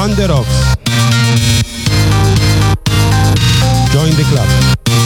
On the Rocks. Join the club.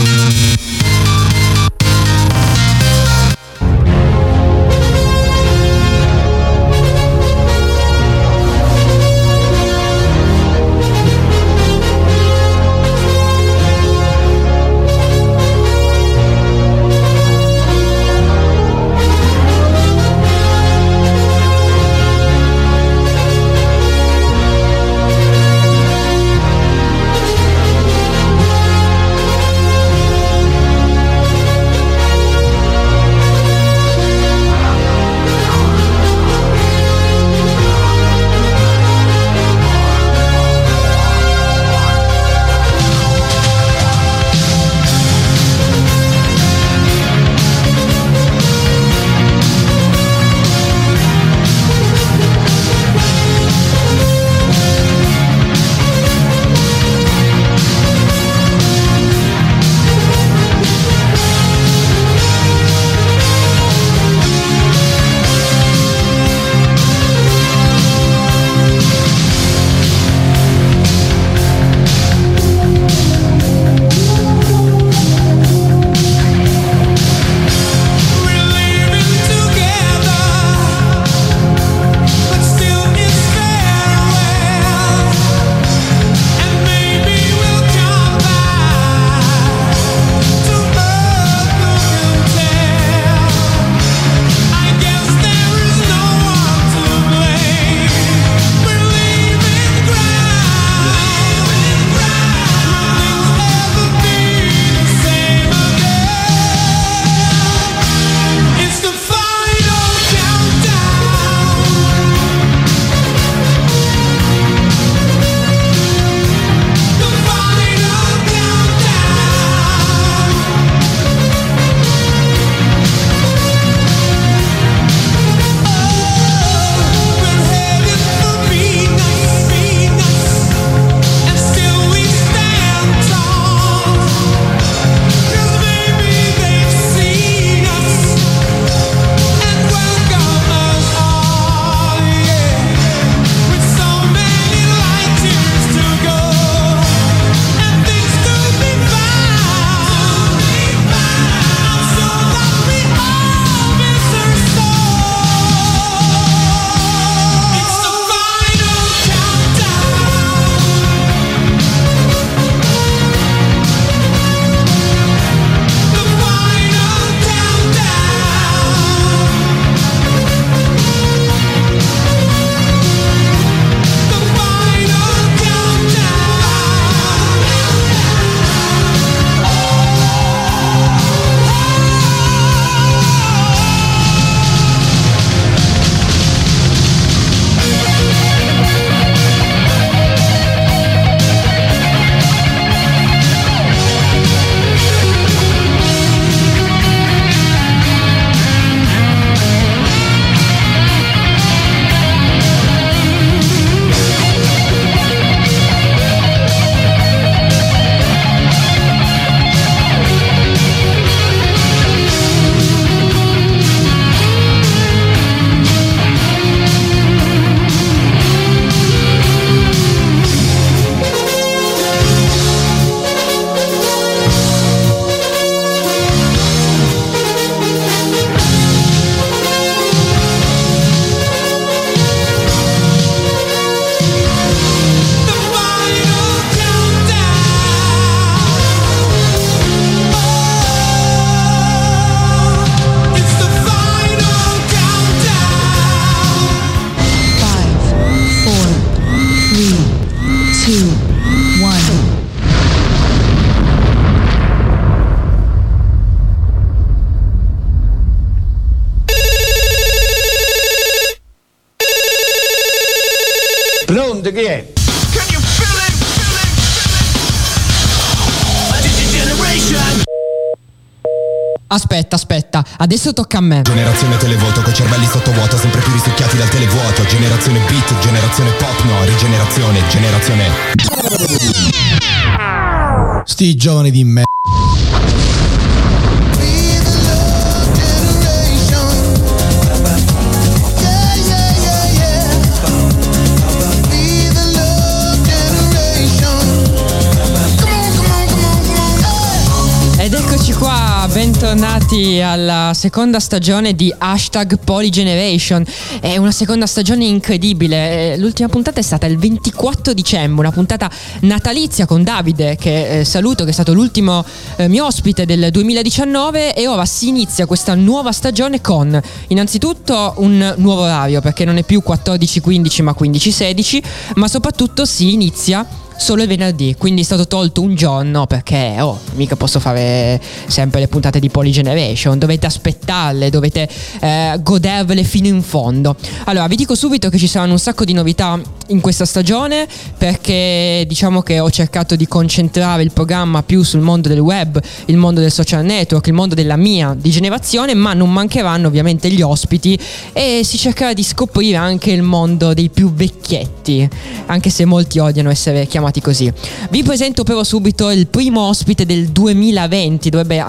Pronto, chi è? Aspetta, adesso tocca a me. Generazione televoto, coi cervelli sottovuoto, sempre più risucchiati dal televuoto. Generazione beat, generazione pop, no, generazione. Sti giovani di me. Bentornati alla seconda stagione di #Polygeneration. È una seconda stagione incredibile. L'ultima puntata è stata il 24 dicembre, una puntata natalizia con Davide, che saluto, che è stato l'ultimo mio ospite del 2019, e ora si inizia questa nuova stagione con innanzitutto un nuovo orario, perché non è più 14-15 ma 15-16, ma soprattutto si inizia solo il venerdì, quindi è stato tolto un giorno perché mica posso fare sempre le puntate di Polygeneration, dovete aspettarle, dovete godervele fino in fondo. Allora vi dico subito che ci saranno un sacco di novità in questa stagione, perché diciamo che ho cercato di concentrare il programma più sul mondo del web, il mondo del social network, il mondo della mia di generazione, ma non mancheranno ovviamente gli ospiti e si cercherà di scoprire anche il mondo dei più vecchietti, anche se molti odiano essere chiamati così. Vi presento però subito il primo ospite del 2020, dovrebbe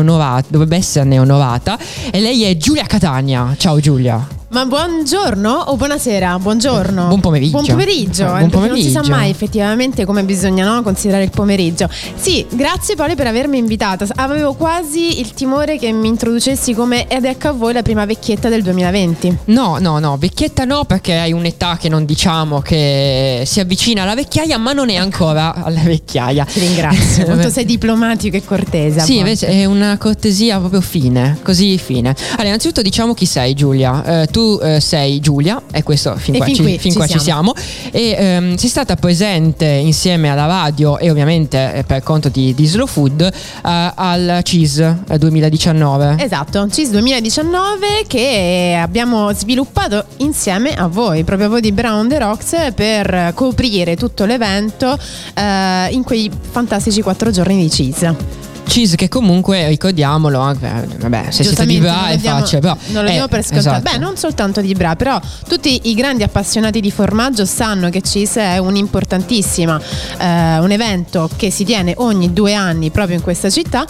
esserne onorata, e lei è Giulia Catania. Ciao Giulia. Ma buongiorno o buonasera? Buongiorno. Buon pomeriggio. Buon pomeriggio. Buon pomeriggio. Non si sa mai effettivamente come bisogna considerare il pomeriggio. Sì, grazie Poli per avermi invitata. Avevo quasi il timore che mi introducessi come ed ecco a voi la prima vecchietta del 2020. No, vecchietta no, perché hai un'età che non diciamo che si avvicina alla vecchiaia, ma non è ancora alla vecchiaia. Ti ringrazio, molto sei diplomatico e cortese. Sì, invece è una cortesia proprio fine, così fine. Allora, innanzitutto diciamo chi sei, Giulia. Tu sei Giulia, e questo fin qua ci siamo, e sei stata presente insieme alla radio e ovviamente per conto di Slow Food al CIS 2019. Esatto, CIS 2019, che abbiamo sviluppato insieme a voi, proprio a voi di Brown the Rocks, per coprire tutto l'evento in quei fantastici 4 giorni di CIS. CIS, che comunque ricordiamolo, vabbè, se siete di Bra è facile, però non lo diamo per scontato. Esatto. Beh, non soltanto di Bra, però tutti i grandi appassionati di formaggio sanno che CIS è un'importantissima un evento che si tiene ogni 2 anni proprio in questa città,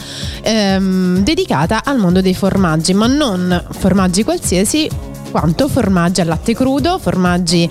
dedicata al mondo dei formaggi, ma non formaggi qualsiasi, quanto formaggi al latte crudo, formaggi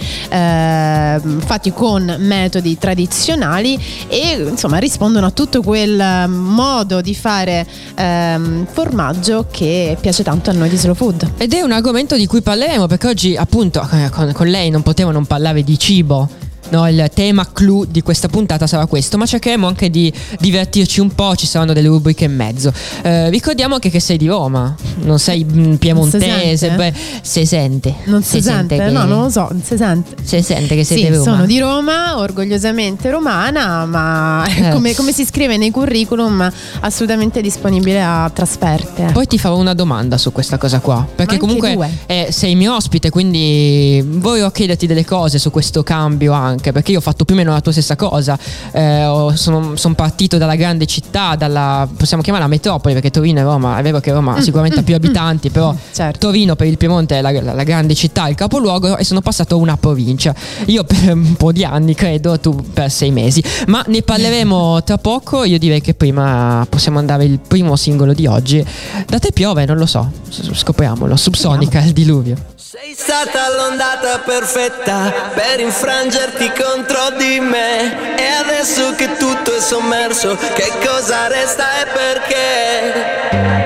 fatti con metodi tradizionali, e insomma rispondono a tutto quel modo di fare formaggio che piace tanto a noi di Slow Food. Ed è un argomento di cui parleremo, perché oggi appunto con lei non potevo non parlare di cibo. No, il tema clou di questa puntata sarà questo, ma cercheremo anche di divertirci un po', ci saranno delle rubriche in mezzo. Ricordiamo anche che sei di Roma, non sei piemontese, si sente. Non si sente? Che... No, non lo so, si sente. Si sente che sei di Roma. Sono di Roma, orgogliosamente romana, ma come si scrive nei curriculum, assolutamente disponibile a trasferte. Poi ti farò una domanda su questa cosa qua, perché anche comunque sei mio ospite, quindi voglio chiederti delle cose su questo cambio anche, perché io ho fatto più o meno la tua stessa cosa. Sono partito dalla grande città, possiamo chiamarla metropoli, perché Torino e Roma, è vero che Roma sicuramente ha più abitanti, però certo. Torino per il Piemonte è la grande città, il capoluogo, e sono passato a una provincia. Io per un po' di anni, credo, tu per 6 mesi, ma ne parleremo tra poco. Io direi che prima possiamo andare il primo singolo di oggi. Da te piove, non lo so, scopriamolo. Subsonica, il diluvio. Sei stata l'ondata perfetta per infrangerti contro di me, e adesso che tutto è sommerso, che cosa resta e perché?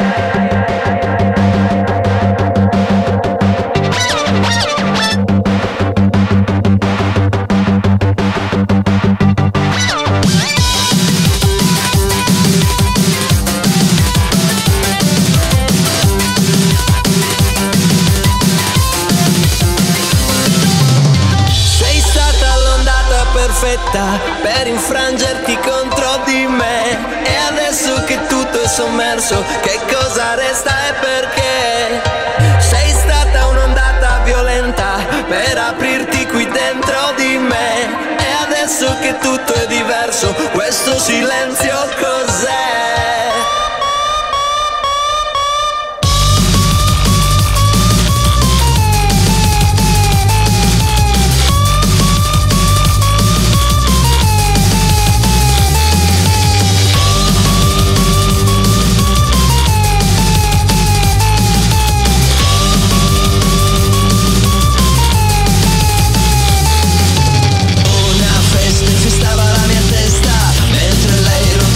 Per infrangerti contro di me, e adesso che tutto è sommerso, che cosa resta e perché? Sei stata un'ondata violenta per aprirti qui dentro di me, e adesso che tutto è diverso, questo silenzio cos'è? Una festa infestava la mia testa, mentre lei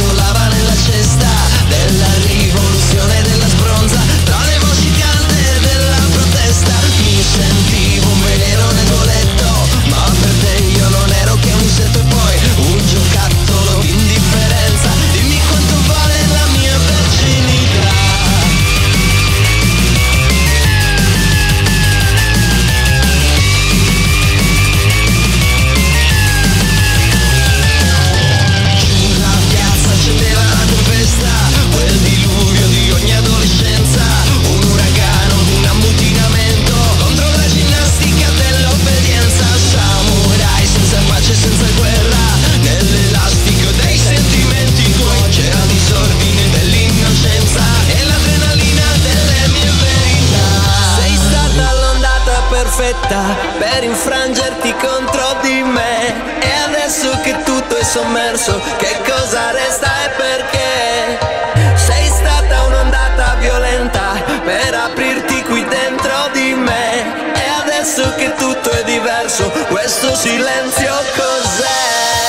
perfetta per infrangerti contro di me. E adesso che tutto è sommerso, che cosa resta e perché? Sei stata un'ondata violenta per aprirti qui dentro di me. E adesso che tutto è diverso, questo silenzio cos'è?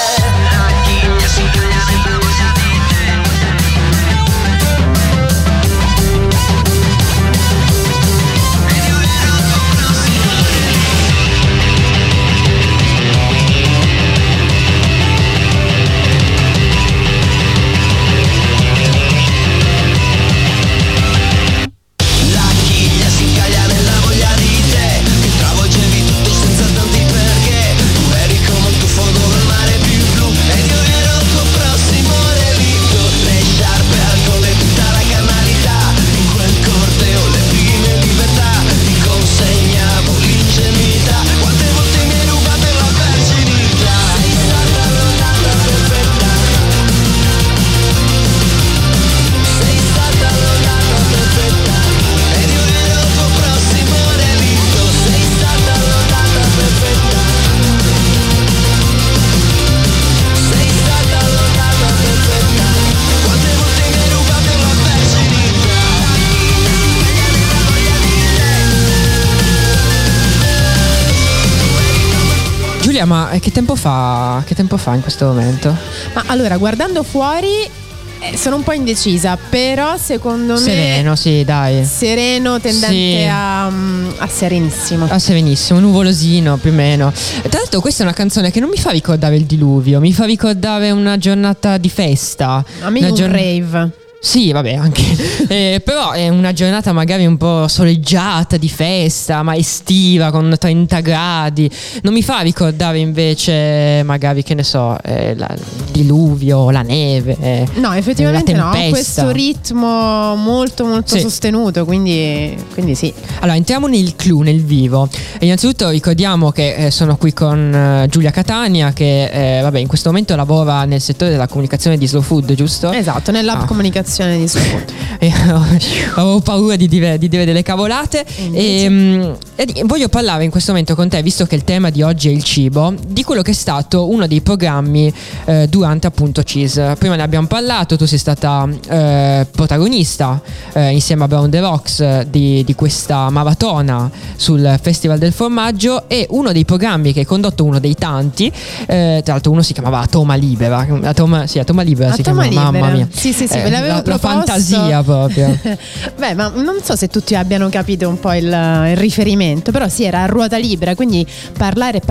Ma che tempo fa in questo momento? Ma allora, guardando fuori sono un po' indecisa, però secondo me sereno, sì, dai. Sereno, tendente sì. a serenissimo. A serenissimo, nuvolosino più o meno. Tra l'altro questa è una canzone che non mi fa ricordare il diluvio, mi fa ricordare una giornata di festa. A me un rave. Sì, vabbè, anche. Però è una giornata magari un po' soleggiata, di festa, ma estiva, con 30 gradi. Non mi fa ricordare invece, magari, che ne so, il diluvio, la neve. No, effettivamente la no, tempesta. questo ritmo molto molto sì. sostenuto, quindi sì. Allora, entriamo nel clou, nel vivo. E innanzitutto ricordiamo che sono qui con Giulia Catania, che vabbè, in questo momento lavora nel settore della comunicazione di Slow Food, giusto? Esatto, nell'app comunicazione di Slow Food. Avevo paura di dire delle cavolate e voglio parlare in questo momento con te, visto che il tema di oggi è il cibo, di quello che è stato uno dei programmi durante appunto Cheese. Prima ne abbiamo parlato, tu sei stata protagonista insieme a Brown the Rocks di questa maratona sul Festival del Formaggio, e uno dei programmi che hai condotto, uno dei tanti, tra l'altro uno si chiamava Toma Libera, a Toma Libera si chiamava, mamma mia. Sì, ve l'avevo la fantasia proprio. Beh, ma non so se tutti abbiano capito un po' il riferimento, però sì, era a ruota libera, quindi parlare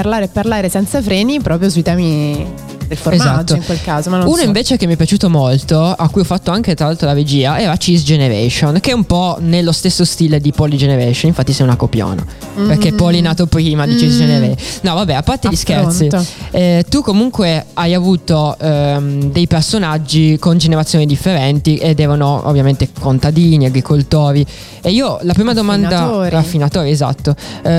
senza freni proprio sui temi del formaggio, esatto. In quel caso, ma non uno so. Invece che mi è piaciuto molto, a cui ho fatto anche tra l'altro la regia, era Cheese Generation, che è un po' nello stesso stile di Poly Generation. Infatti sei una copiona, perché Poly è nato prima di Cheese Generation. No vabbè, a parte gli scherzi, tu comunque hai avuto dei personaggi con generazioni differenti, ed erano ovviamente contadini, agricoltori, e io la prima domanda, raffinatori, esatto,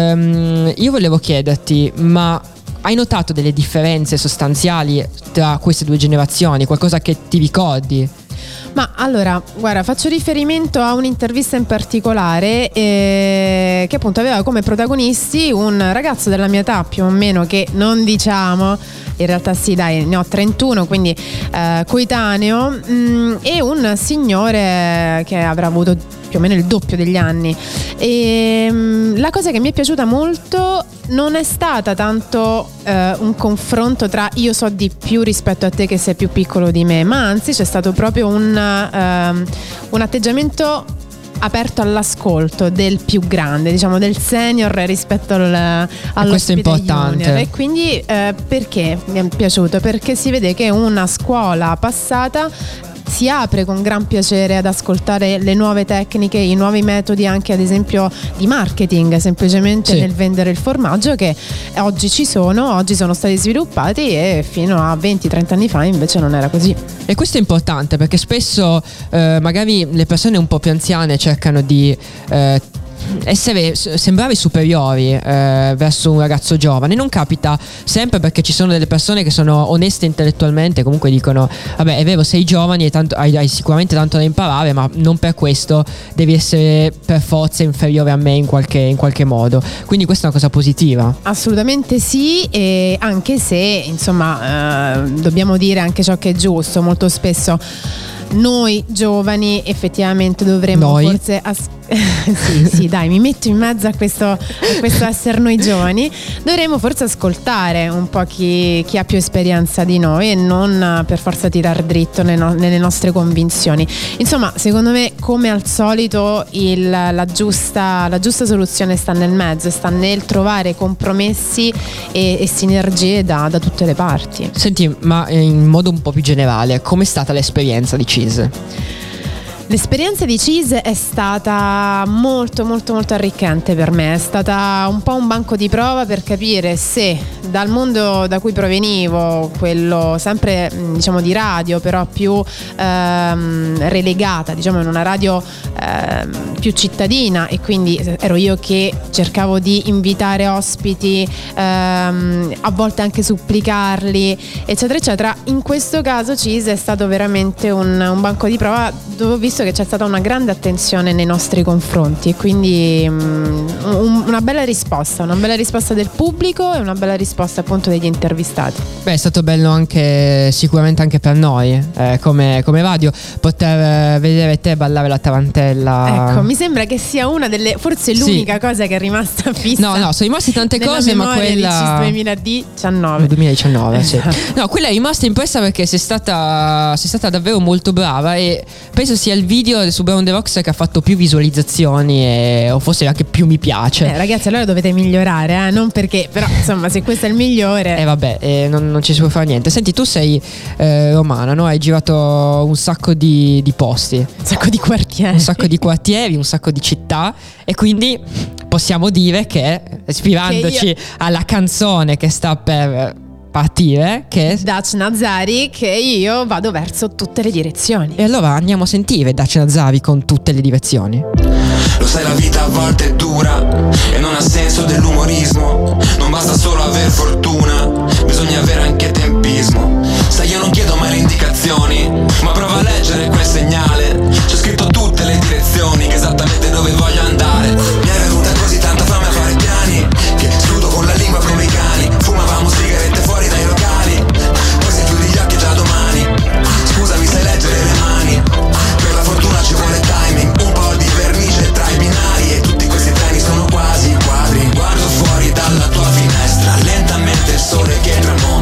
io volevo chiederti, ma hai notato delle differenze sostanziali tra queste due generazioni? Qualcosa che ti ricordi? Ma allora, guarda, faccio riferimento a un'intervista in particolare che appunto aveva come protagonisti un ragazzo della mia età più o meno, che non diciamo, in realtà sì dai, ne ho 31, quindi coetaneo, e un signore che avrà avuto più o meno il doppio degli anni. E la cosa che mi è piaciuta molto non è stata tanto un confronto tra io so di più rispetto a te che sei più piccolo di me, ma anzi c'è stato proprio un atteggiamento aperto all'ascolto del più grande, diciamo del senior rispetto questo è importante junior. E quindi perché mi è piaciuto? Perché si vede che una scuola passata si apre con gran piacere ad ascoltare le nuove tecniche, i nuovi metodi anche ad esempio di marketing, semplicemente nel vendere il formaggio, che oggi oggi sono stati sviluppati, e fino a 20-30 anni fa invece non era così. E questo è importante perché spesso magari le persone un po' più anziane cercano di sembrare superiori verso un ragazzo giovane. Non capita sempre, perché ci sono delle persone che sono oneste intellettualmente, comunque dicono vabbè, è vero, sei giovane e hai sicuramente tanto da imparare, ma non per questo devi essere per forza inferiore a me in qualche modo. Quindi questa è una cosa positiva. Assolutamente sì, e anche se insomma dobbiamo dire anche ciò che è giusto. Molto spesso noi giovani effettivamente dovremmo forse sì, dai, mi metto in mezzo a questo essere noi giovani. Dovremmo forse ascoltare un po' chi ha più esperienza di noi e non per forza tirar dritto nelle nostre convinzioni. Insomma, secondo me, come al solito, la giusta soluzione sta nel mezzo, sta nel trovare compromessi e sinergie da tutte le parti. Senti, ma in modo un po' più generale, com'è stata l'esperienza di Cheese? L'esperienza di Cheese è stata molto molto molto arricchente per me. È stata un po' un banco di prova per capire se dal mondo da cui provenivo, quello sempre diciamo di radio, però più relegata, diciamo in una radio più cittadina, e quindi ero io che cercavo di invitare ospiti, a volte anche supplicarli, eccetera eccetera. In questo caso Cheese è stato veramente un banco di prova, dove ho visto che c'è stata una grande attenzione nei nostri confronti, e quindi una bella risposta del pubblico e una bella risposta appunto degli intervistati. Beh, è stato bello anche, sicuramente anche per noi come radio, poter vedere te ballare la tarantella. Ecco, mi sembra che sia una delle, forse l'unica cosa che è rimasta fissa. No, sono rimaste tante cose, ma quella 2019 sì. No, quella è rimasta impressa perché sei stata davvero molto brava, e penso sia il video su Brown the Rocks che ha fatto più visualizzazioni o forse anche più mi piace. Ragazzi, allora dovete migliorare, non perché, però insomma, se questo è il migliore. Vabbè, non ci si può fare niente. Senti, tu sei romana, no? Hai girato un sacco di posti, un sacco di quartieri, un sacco di città, e quindi possiamo dire che, ispirandoci alla canzone che sta per partire, che Dacia Nazari, che io vado verso tutte le direzioni. E allora andiamo a sentire Dacia Nazari con Tutte le direzioni. Lo sai, la vita a volte è dura e non ha senso dell'umorismo. Non basta solo aver fortuna, bisogna avere anche tempismo. Sai, io non chiedo mai le indicazioni, ma prova a leggere quel segnale. C'è scritto tutte le direzioni, che esattamente dove voglio andare. Mi è venuta così tanta fame a fare piani, che studo con la lingua come i cani. Fumavamo sigarette fuori dai locali, poi se chiudi gli occhi già domani. Scusami, sai leggere le mani, per la fortuna ci vuole timing, un po' di vernice tra i binari, e tutti questi treni sono quasi quadri. Guardo fuori dalla tua finestra, lentamente il sole che tramonta.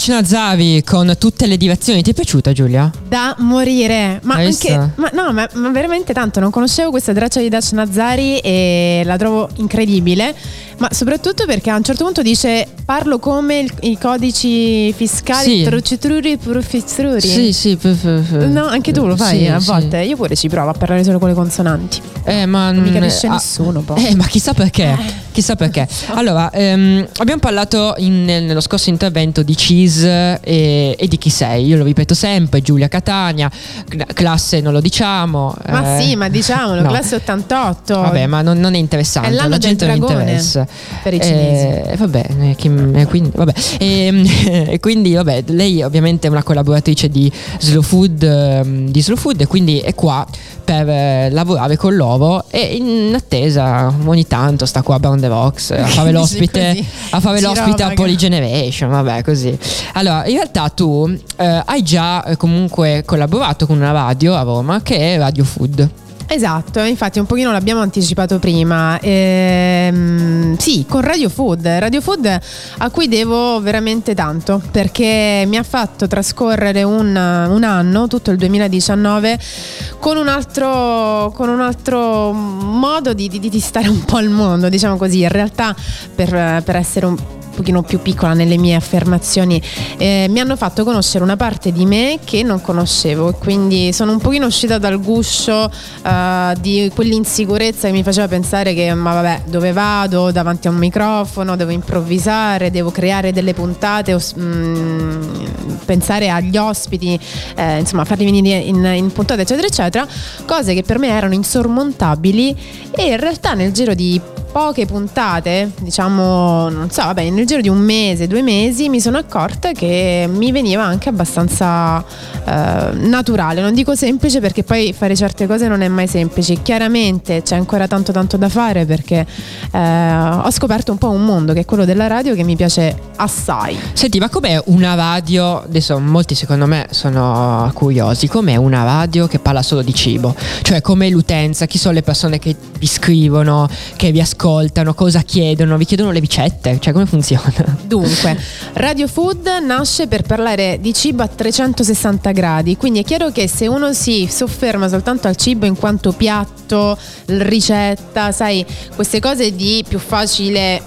Dacia Nazzari con Tutte le direzioni. Ti è piaciuta, Giulia? Da morire, ma Hai anche visto? ma veramente tanto. Non conoscevo questa traccia di Dacia Nazzari e la trovo incredibile. Ma soprattutto perché a un certo punto dice: parlo come i codici fiscali, Sì. trucitruri, prufistruri. Sì. No, anche tu lo fai Sì, a sì. volte. Io pure ci provo a parlare solo con le consonanti. Ma Non mi capisce nessuno poi. Ma chissà perché. Chissà perché. Allora, abbiamo parlato nello scorso intervento di Cheese e di Chi sei. Io lo ripeto sempre: Giulia Catania, classe non lo diciamo. Ma sì, ma diciamolo, no. classe 88. Vabbè, ma non è interessante. È l'anno la gente del non dragone interessa. per i cinesi. Vabbè, quindi, vabbè. E quindi, vabbè, lei ovviamente è una collaboratrice di Slow Food, e quindi è qua per lavorare con loro e in attesa ogni tanto sta qua a Brown the Rocks a fare l'ospite Così. a fare l'ospite a Girovaga. Polygeneration, vabbè, così. Allora, in realtà tu hai già comunque collaborato con una radio a Roma che è Radio Food. Esatto, infatti un pochino l'abbiamo anticipato prima. Sì, con Radio Food a cui devo veramente tanto, perché mi ha fatto trascorrere un anno, tutto il 2019, con un altro modo di stare un po' al mondo, diciamo così. In realtà per essere un pochino più piccola nelle mie affermazioni, mi hanno fatto conoscere una parte di me che non conoscevo, e quindi sono un pochino uscita dal guscio di quell'insicurezza che mi faceva pensare che ma vabbè, dove vado davanti a un microfono, devo improvvisare, devo creare delle puntate, pensare agli ospiti, insomma farli venire in puntate eccetera eccetera, cose che per me erano insormontabili. E in realtà nel giro di poche puntate, diciamo, non so, vabbè, nel giro di un mese, 2 mesi, mi sono accorta che mi veniva anche abbastanza naturale. Non dico semplice, perché poi fare certe cose non è mai semplice. Chiaramente c'è ancora tanto da fare, perché ho scoperto un po' un mondo che è quello della radio che mi piace assai. Senti, ma com'è una radio? Adesso molti secondo me sono curiosi. Com'è una radio che parla solo di cibo? Cioè, com'è l'utenza? Chi sono le persone che vi scrivono, che vi ascoltano, cosa chiedono? Vi chiedono le ricette? Cioè, come funziona? Dunque, Radio Food nasce per parlare di cibo a 360 gradi, quindi è chiaro che se uno si sofferma soltanto al cibo in quanto piatto, ricetta, sai, queste cose di più facile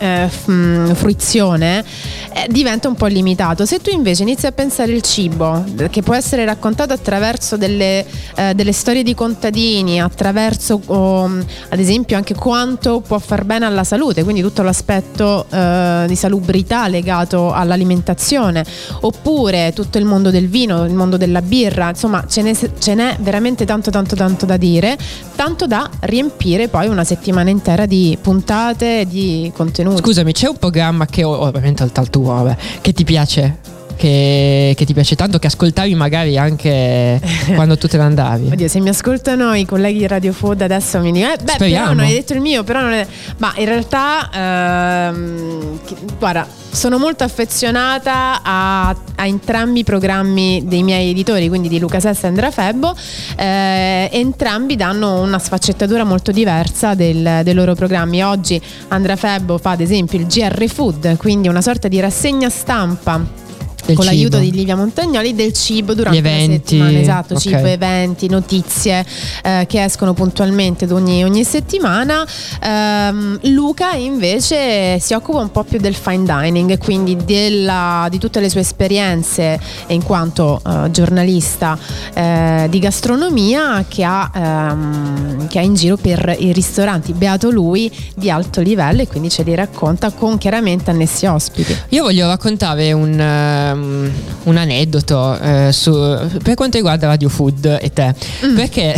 fruizione, diventa un po' limitato. Se tu invece inizi a pensare il cibo, che può essere raccontato attraverso delle storie di contadini, attraverso ad esempio anche quanto può far bene alla salute, quindi tutto l'aspetto di salubrità legato all'alimentazione, oppure tutto il mondo del vino, il mondo della birra, insomma ce n'è veramente tanto da dire, tanto da riempire poi una settimana intera di puntate, di contenuti. Scusami, c'è un programma che ovviamente al tuo, vabbè, che ti piace? Che ti piace tanto, che ascoltavi magari anche quando tu te ne andavi? Oddio, se mi ascoltano i colleghi di Radio Food adesso mi dicono Speriamo. però non hai detto il mio, però non è... Ma in realtà guarda, sono molto affezionata a entrambi i programmi dei miei editori, quindi di Luca Sessa e Andrea Febbo. Entrambi danno una sfaccettatura molto diversa dei loro programmi. Oggi Andrea Febbo fa ad esempio il GR Food, quindi una sorta di rassegna stampa con l'aiuto di Livia Montagnoli del cibo durante la settimana. Esatto, ok. cibo, eventi, notizie che escono puntualmente ogni settimana. Luca invece si occupa un po' più del fine dining, quindi di tutte le sue esperienze in quanto giornalista di gastronomia che ha in giro per i ristoranti, beato lui, di alto livello, e quindi ce li racconta con chiaramente annessi ospiti. Io voglio raccontare un aneddoto per quanto riguarda Radio Food e te, perché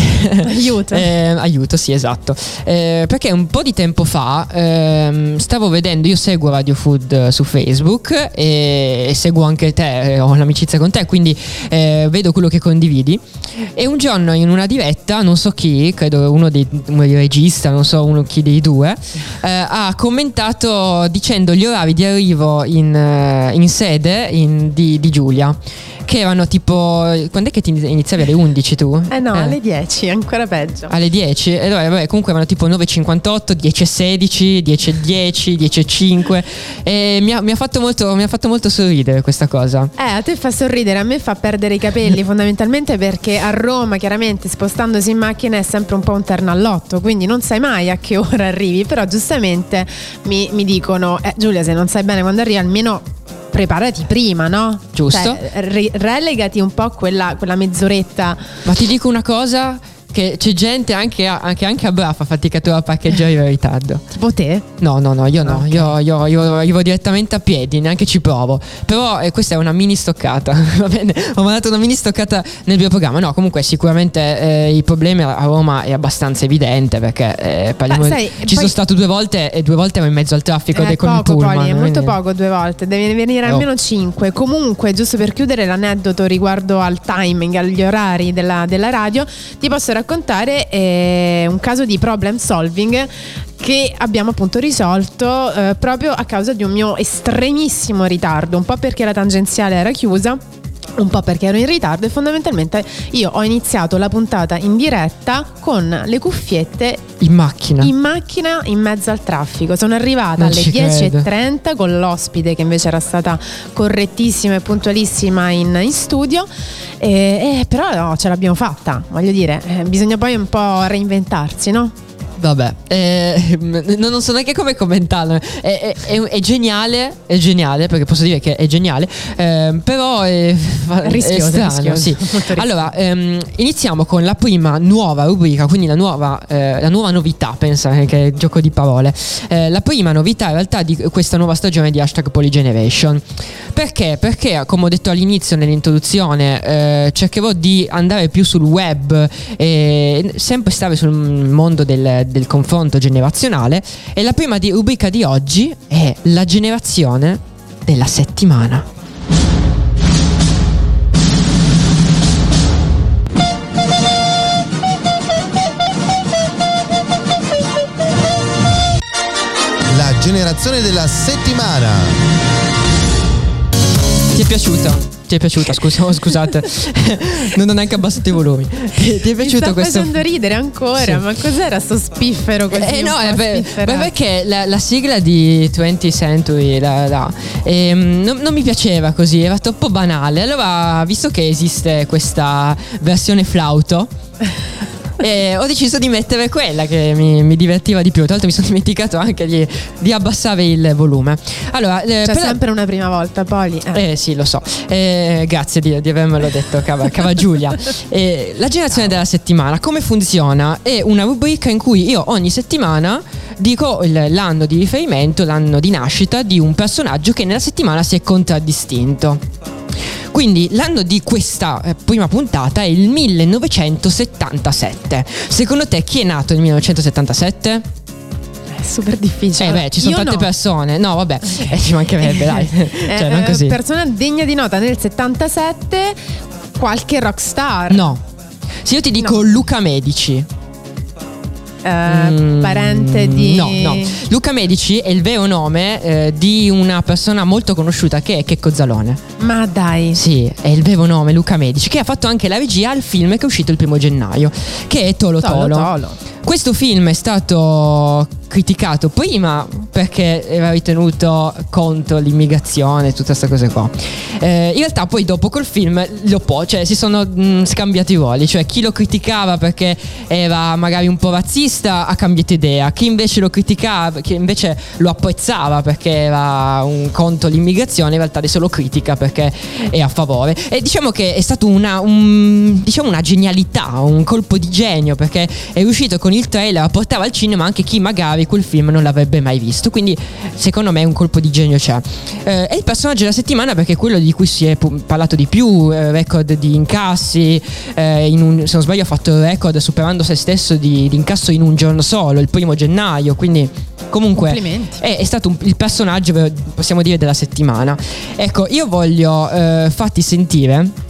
aiuto, sì, esatto, perché un po' di tempo fa stavo vedendo, io seguo Radio Food su Facebook e seguo anche te, ho l'amicizia con te, quindi vedo quello che condividi, e un giorno in una diretta, non so chi, credo uno dei regista, non so chi dei due, ha commentato dicendo gli orari di arrivo in sede di Giulia, che erano tipo, quando è che ti iniziavi, alle 11 tu? No, alle 10, ancora peggio. Alle 10? E allora, vabbè, comunque erano tipo 9.58, 10.16, 10.10, 10.05 e mi ha fatto molto sorridere questa cosa. A te fa sorridere, a me fa perdere i capelli fondamentalmente perché a Roma chiaramente spostandosi in macchina è sempre un po' un terno all'otto, quindi non sai mai a che ora arrivi, però giustamente mi dicono Giulia, se non sai bene quando arrivi almeno preparati prima, no? Giusto. Cioè, relegati un po' quella mezz'oretta. Ma ti dico una cosa, che c'è gente anche a Bra fa fatica a parcheggiare in ritardo. Tipo te? No, io no. Okay. Io arrivo direttamente a piedi, neanche ci provo. Però questa è una mini stoccata. Va bene? Ho mandato una mini stoccata nel mio programma. No, comunque sicuramente il problema a Roma è abbastanza evidente, perché sono stato 2 volte e 2 volte ero in mezzo al traffico con il pullman. Poli, è molto poco 2 volte, devi venire almeno 5. Comunque, giusto per chiudere l'aneddoto riguardo al timing, agli orari della radio, ti posso raccontare un caso di problem solving che abbiamo appunto risolto proprio a causa di un mio estremissimo ritardo, un po' perché la tangenziale era chiusa, un po' perché ero in ritardo, e fondamentalmente io ho iniziato la puntata in diretta con le cuffiette in macchina in mezzo al traffico. Sono arrivata Non alle ci credo. 10.30 con l'ospite che invece era stata correttissima e puntualissima in studio, però no, ce l'abbiamo fatta, voglio dire, bisogna poi un po' reinventarsi, no? Vabbè, non so neanche come commentarlo. È geniale, perché posso dire che è geniale, però è strano, sì. Allora, iniziamo con la prima nuova rubrica, quindi la nuova novità, pensa che è gioco di parole. La prima novità in realtà di questa nuova stagione di #PolyGeneration. Perché? Perché, come ho detto all'inizio nell'introduzione, cercherò di andare più sul web e sempre stare sul mondo del confronto generazionale, e la prima rubrica di oggi è la generazione della settimana. La generazione della settimana. Ti è piaciuta? Ti è piaciuta? Scusate, non ho neanche abbassato i volumi. Ti è piaciuto questo? Mi sta facendo ridere ancora, sì. Ma cos'era sto spiffero così? Perché la sigla di 20th Century non mi piaceva così, era troppo banale. Allora, visto che esiste questa versione flauto, ho deciso di mettere quella che mi divertiva di più. Tra l'altro mi sono dimenticato anche di abbassare il volume. Allora, c'è sempre una prima volta, Poli. Sì, lo so. Grazie di avermelo detto, cava Giulia. La generazione della settimana come funziona? È una rubrica in cui io ogni settimana dico l'anno di riferimento, l'anno di nascita di un personaggio che nella settimana si è contraddistinto. Quindi l'anno di questa prima puntata è il 1977. Secondo te chi è nato nel 1977? È super difficile. Ci sono tante persone. No, vabbè, ci mancherebbe, dai. Cioè, non così. Persona degna di nota nel 77, qualche rockstar. No. Se io ti dico Luca Medici. Parente di... No. Luca Medici è il vero nome di una persona molto conosciuta che è Checco Zalone. Ma dai. Sì, è il vero nome, Luca Medici, che ha fatto anche la regia al film che è uscito il 1 gennaio, che è Tolo Tolo. Questo film è stato criticato prima perché era ritenuto contro l'immigrazione e tutte queste cose qua. In realtà poi dopo col film si sono scambiati i ruoli, cioè chi lo criticava perché era magari un po' razzista ha cambiato idea, chi invece lo criticava, chi invece lo apprezzava perché era contro l'immigrazione, in realtà adesso lo critica perché è a favore. E diciamo che è stato una genialità, un colpo di genio, perché è riuscito con il trailer a portare al cinema anche chi magari quel film non l'avrebbe mai visto, quindi secondo me un colpo di genio c'è. È il personaggio della settimana perché è quello di cui si è parlato di più, record di incassi, se non sbaglio ha fatto il record superando se stesso di incasso in un giorno solo, il 1 gennaio, quindi comunque è stato il personaggio, possiamo dire, della settimana. Ecco, io voglio farti sentire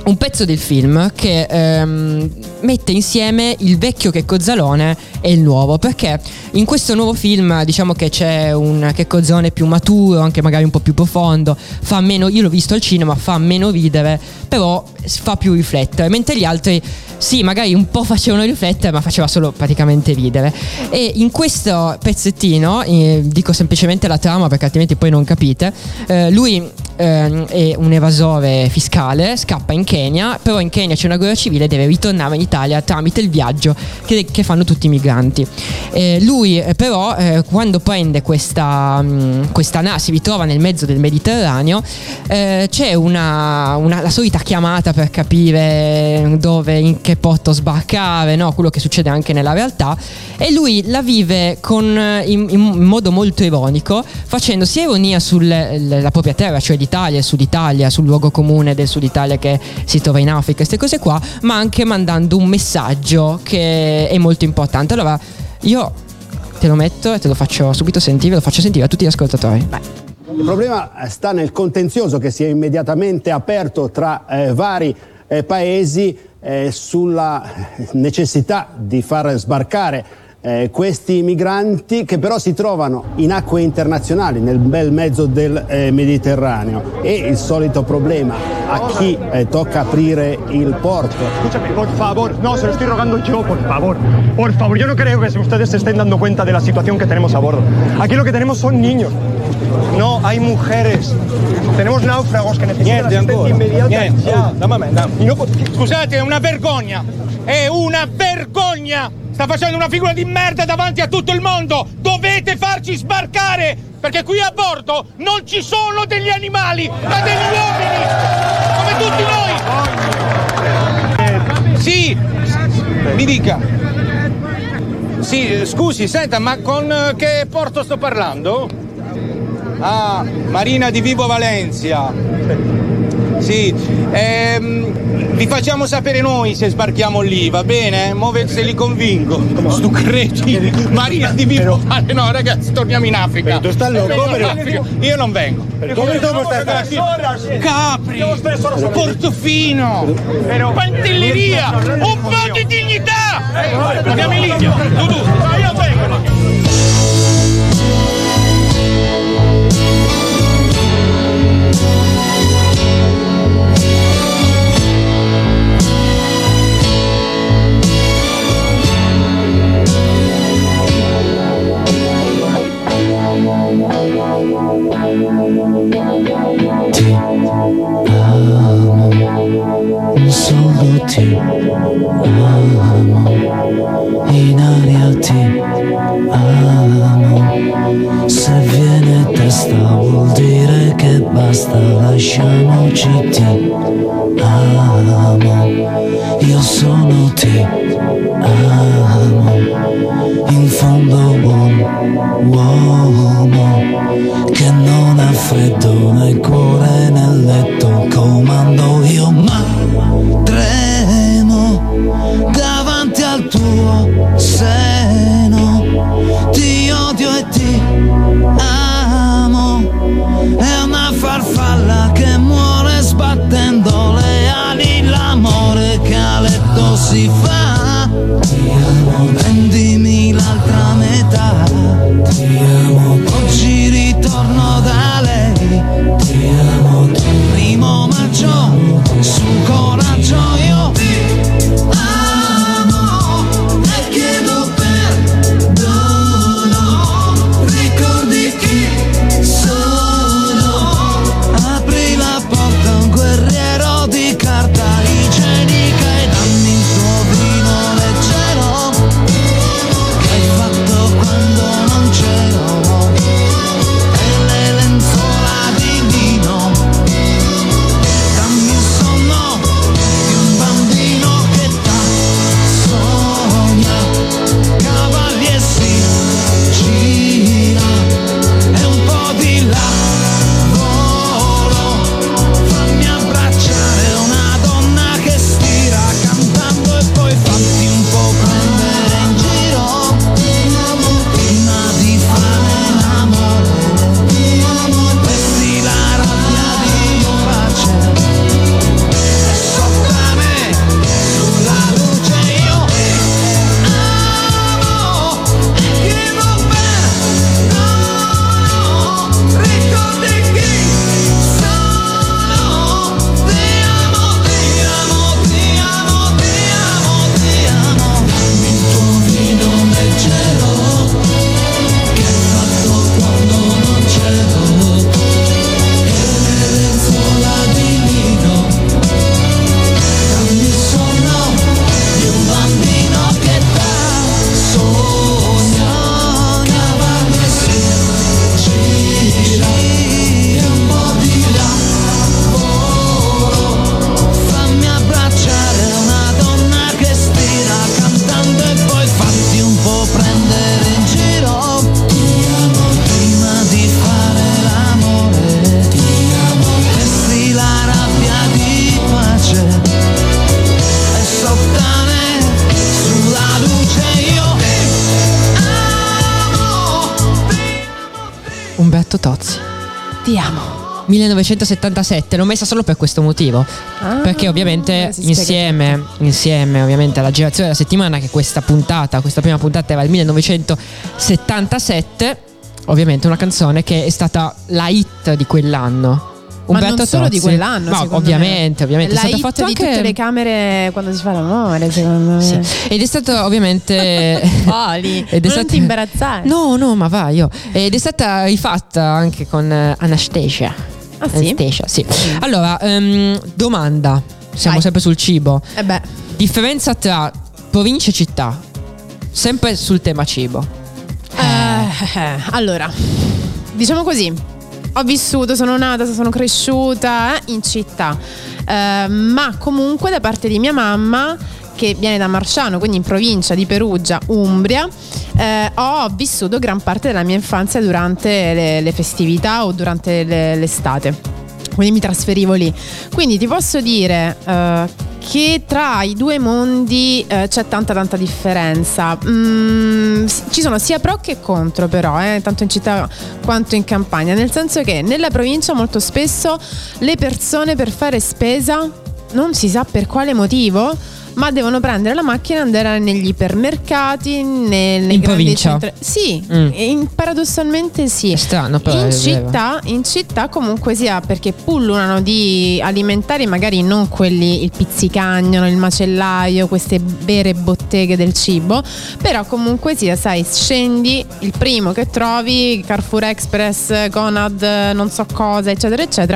un pezzo del film che mette insieme il vecchio Checco Zalone e il nuovo, perché in questo nuovo film diciamo che c'è un Checco Zalone più maturo, anche magari un po' più profondo, fa meno, io l'ho visto al cinema, fa meno ridere, però fa più riflettere, mentre gli altri sì, magari un po' facevano riflettere, ma faceva solo praticamente ridere. E in questo pezzettino, dico semplicemente la trama perché altrimenti poi non capite, lui è un evasore fiscale, scappa in Kenya, però in Kenya c'è una guerra civile e deve ritornare in Italia tramite il viaggio che fanno tutti i migranti. Lui però quando prende questa nave, si ritrova nel mezzo del Mediterraneo, c'è la solita chiamata per capire dove, in che porto sbarcare, no? Quello che succede anche nella realtà, e lui la vive in modo molto ironico, facendo sia ironia sulla propria terra, cioè l'Italia, il Sud Italia, sul luogo comune del Sud Italia che si trova in Africa, queste cose qua, ma anche mandando un messaggio che è molto importante. Allora io te lo metto e te lo faccio subito sentire, lo faccio sentire a tutti gli ascoltatori. Vai. Il problema sta nel contenzioso che si è immediatamente aperto tra vari paesi sulla necessità di far sbarcare questi migranti, che però si trovano in acque internazionali nel bel mezzo del Mediterraneo, e il solito problema a chi tocca aprire il porto. Escúchame, por favor, no, se lo estoy rogando yo, por favor, yo no creo que ustedes se estén dando cuenta de la situación que tenemos a bordo. Aquí lo que tenemos son niños, no hay mujeres, tenemos náufragos que necesitan asistencia inmediata. Scusate, è una vergogna, sta facendo una figura di merda davanti a tutto il mondo, dovete farci sbarcare, perché qui a bordo non ci sono degli animali, ma degli uomini, come tutti noi. Sì, mi dica. Sì, scusi, senta, ma con che porto sto parlando? Ah, Marina di Vibo Valencia. Sì, vi facciamo sapere noi se sbarchiamo lì, va bene? Se li convinco. Stu credi? Marina di Vibo Valencia. No, ragazzi, torniamo in Africa. Tu stai loco? Io non vengo. Come stai? Capri, Portofino, Pantelleria, un po' di dignità! Andiamo in Libia, tu, io vengo! Solo ti amo, in aria ti amo. Se viene testa vuol dire che basta, lasciamoci ti amo. Io sono ti amo, in fondo buon uomo che non ha freddo nel cuore nel letto, comando io ma tremo davanti al tuo seno, ti odio e ti amo, è una farfalla che muore sbattendo le ali, l'amore che a letto si fa, ti amo, prendimi l'altra metà, ti amo, oggi ritorno da lei, ti amo, 1 maggio su Umberto Tozzi. Ti amo. 1977, l'ho messa solo per questo motivo, perché ovviamente insieme ovviamente alla generazione della settimana, che questa prima puntata era il 1977, ovviamente una canzone che è stata la hit di quell'anno. Umberto ma non solo Tozzi. Di quell'anno, no, ovviamente la è stato hit fatto di anche tutte le camere quando si fa l'amore, secondo me. Sì. Ed è stato ovviamente Oli, non ti imbarazzare. No, ma vai io. Ed è stata rifatta anche con Anastasia. Ah, sì? Anastasia, sì. Allora, domanda. Siamo sempre sul cibo. Differenza tra provincia e città. Sempre sul tema cibo. Allora, diciamo così. Ho vissuto, sono nata, sono cresciuta in città, ma comunque da parte di mia mamma, che viene da Marsciano, quindi in provincia di Perugia, Umbria, ho vissuto gran parte della mia infanzia durante le festività o durante l'estate, quindi mi trasferivo lì. Quindi ti posso dire che tra i due mondi c'è tanta differenza. Ci sono sia pro che contro, però tanto in città quanto in campagna, nel senso che nella provincia molto spesso le persone per fare spesa, non si sa per quale motivo, ma devono prendere la macchina e andare negli ipermercati, nei grandi centri. Sì, paradossalmente sì. È strano, però in città comunque sia, perché pullulano di alimentari, magari non quelli, il pizzicagnolo, il macellaio, queste vere botteghe del cibo, però comunque sia, sai, scendi, il primo che trovi, Carrefour Express, Conad, non so cosa, eccetera eccetera,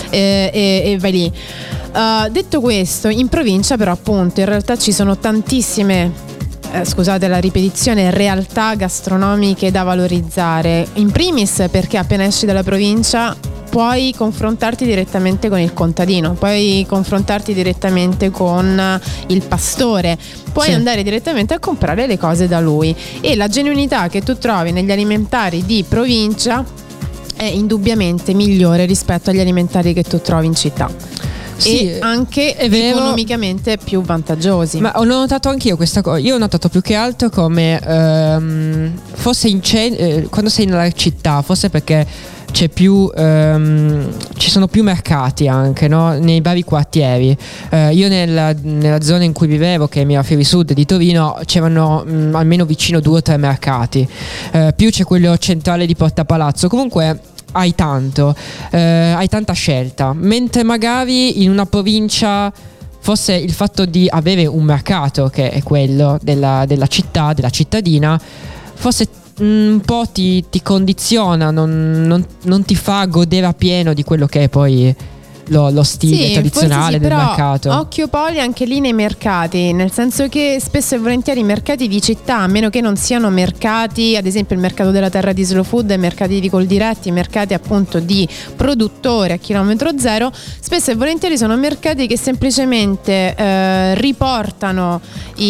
e vai lì. Detto questo, in provincia però appunto in realtà ci sono tantissime, scusate la ripetizione, realtà gastronomiche da valorizzare. In primis perché appena esci dalla provincia puoi confrontarti direttamente con il contadino, puoi confrontarti direttamente con il pastore, puoi andare direttamente a comprare le cose da lui, e la genuinità che tu trovi negli alimentari di provincia è indubbiamente migliore rispetto agli alimentari che tu trovi in città. Sì, e anche economicamente più vantaggiosi. Ma ho notato anch'io questa cosa. Io ho notato più che altro come forse quando sei nella città, forse perché c'è più ci sono più mercati anche, no? Nei vari quartieri. Io nella zona in cui vivevo, che è Mirafiori Sud di Torino, c'erano almeno vicino 2 o 3 mercati. Più c'è quello centrale di Porta Palazzo. Comunque hai tanta scelta, mentre magari in una provincia forse il fatto di avere un mercato, che è quello della città, della cittadina, forse un po' ti condiziona, non ti fa godere appieno di quello che è poi lo stile tradizionale del mercato. Occhio poli anche lì nei mercati, nel senso che spesso e volentieri i mercati di città, a meno che non siano mercati, ad esempio il mercato della terra di Slow Food, mercati di Coldiretti, mercati appunto di produttori a chilometro zero, spesso e volentieri sono mercati che semplicemente riportano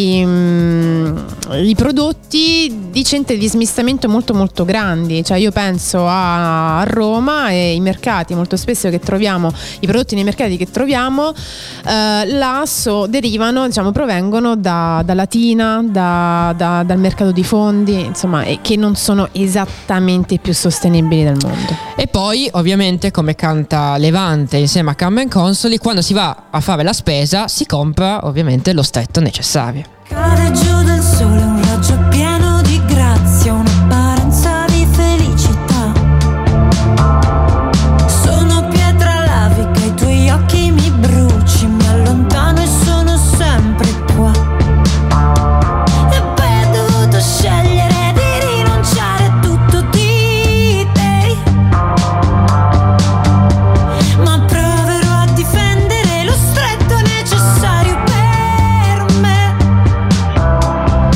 i prodotti di centri di smistamento molto molto grandi. Cioè io penso a Roma, e i mercati molto spesso che troviamo, i prodotti nei mercati che troviamo derivano, diciamo, provengono da Latina, dal mercato di Fondi, insomma, e che non sono esattamente i più sostenibili del mondo. E poi ovviamente, come canta Levante insieme a Carmen Consoli, quando si va a fare la spesa si compra ovviamente lo stretto necessario. Cade giù del sole un raggio pieno di grazia, un'apparenza di felicità. Sono pietra lavica, i tuoi occhi mi bruci, mi allontano e sono sempre qua. E poi ho dovuto scegliere di rinunciare a tutto di te, ma proverò a difendere lo stretto necessario per me.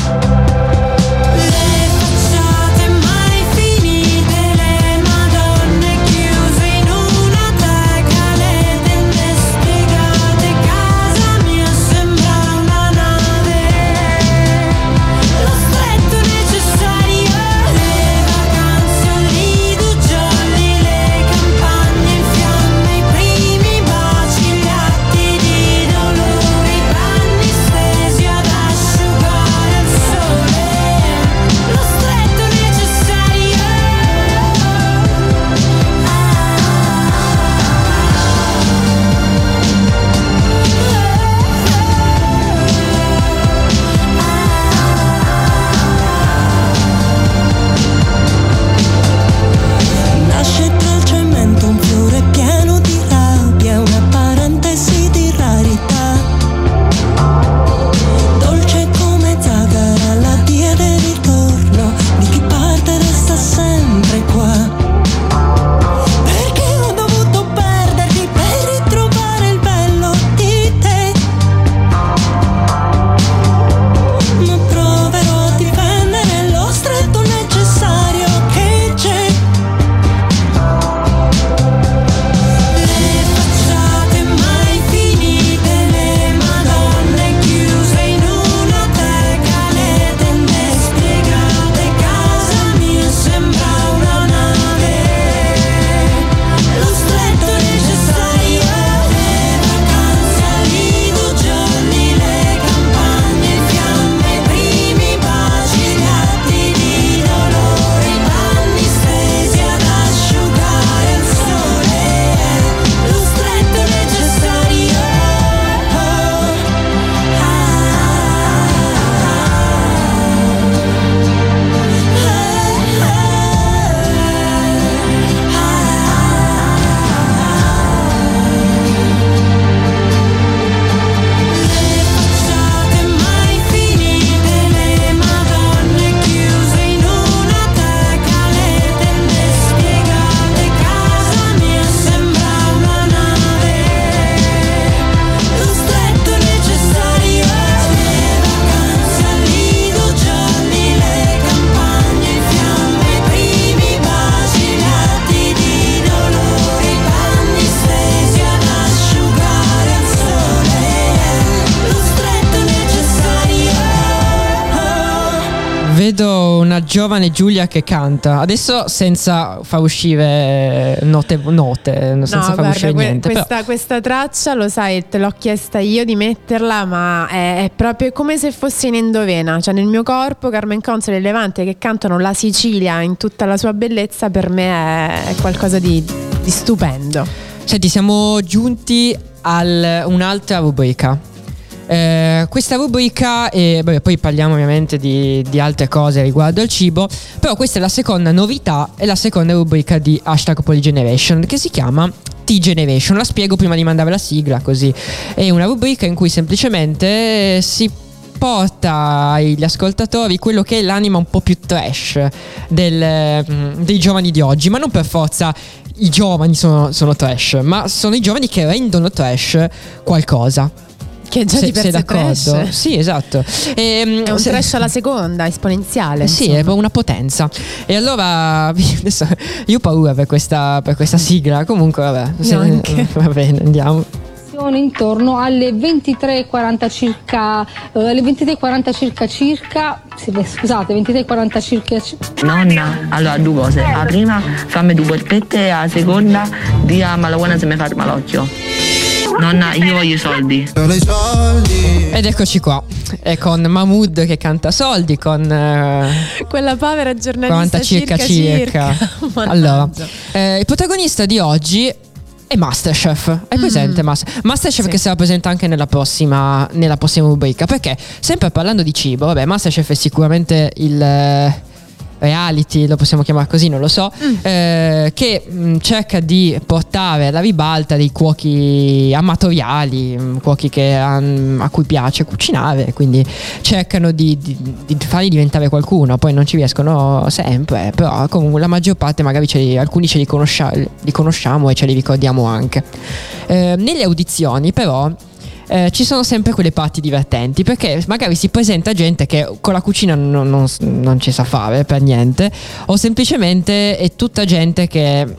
giovane Giulia che canta. Adesso senza far uscire note, senza far uscire niente. Questa traccia, lo sai, te l'ho chiesta io di metterla, ma è proprio come se fosse in endovena. Cioè nel mio corpo Carmen Consoli e Levante che cantano la Sicilia in tutta la sua bellezza, per me è qualcosa di stupendo. Senti, siamo giunti a un'altra rubrica. Questa rubrica, poi parliamo ovviamente di altre cose riguardo al cibo, però questa è la seconda novità e la seconda rubrica di #PolyGeneration, che si chiama T-Generation. La spiego prima di mandare la sigla, così. È una rubrica in cui semplicemente si porta agli ascoltatori quello che è l'anima un po' più trash dei giovani di oggi, ma non per forza i giovani sono trash, ma sono i giovani che rendono trash qualcosa. Che è già di per sé trash. Sì, esatto. È un trash alla seconda, esponenziale. Sì, è una potenza. E allora adesso io ho paura per questa sigla. Comunque vabbè. Va bene, andiamo. Intorno alle 23:40 circa, scusate, 23:40 circa. Nonna, allora due cose: la prima fammi due polpette e la seconda dia malabuona se mi fa il malocchio. Nonna, io voglio i soldi. Ed eccoci qua, è con Mahmood che canta soldi, con quella povera giornalista 40 circa. Allora, il protagonista di oggi è Masterchef. Hai presente Masterchef? Sì. Che sarà presente anche nella prossima rubrica, perché sempre parlando di cibo, vabbè, Masterchef è sicuramente il reality, lo possiamo chiamare così, non lo so, che cerca di portare alla ribalta dei cuochi amatoriali, cuochi a cui piace cucinare, quindi cercano di farli diventare qualcuno. Poi non ci riescono sempre, però comunque la maggior parte magari alcuni ce li conosciamo e ce li ricordiamo anche. Nelle audizioni però ci sono sempre quelle parti divertenti, perché magari si presenta gente che con la cucina non ci sa fare per niente, o semplicemente è tutta gente che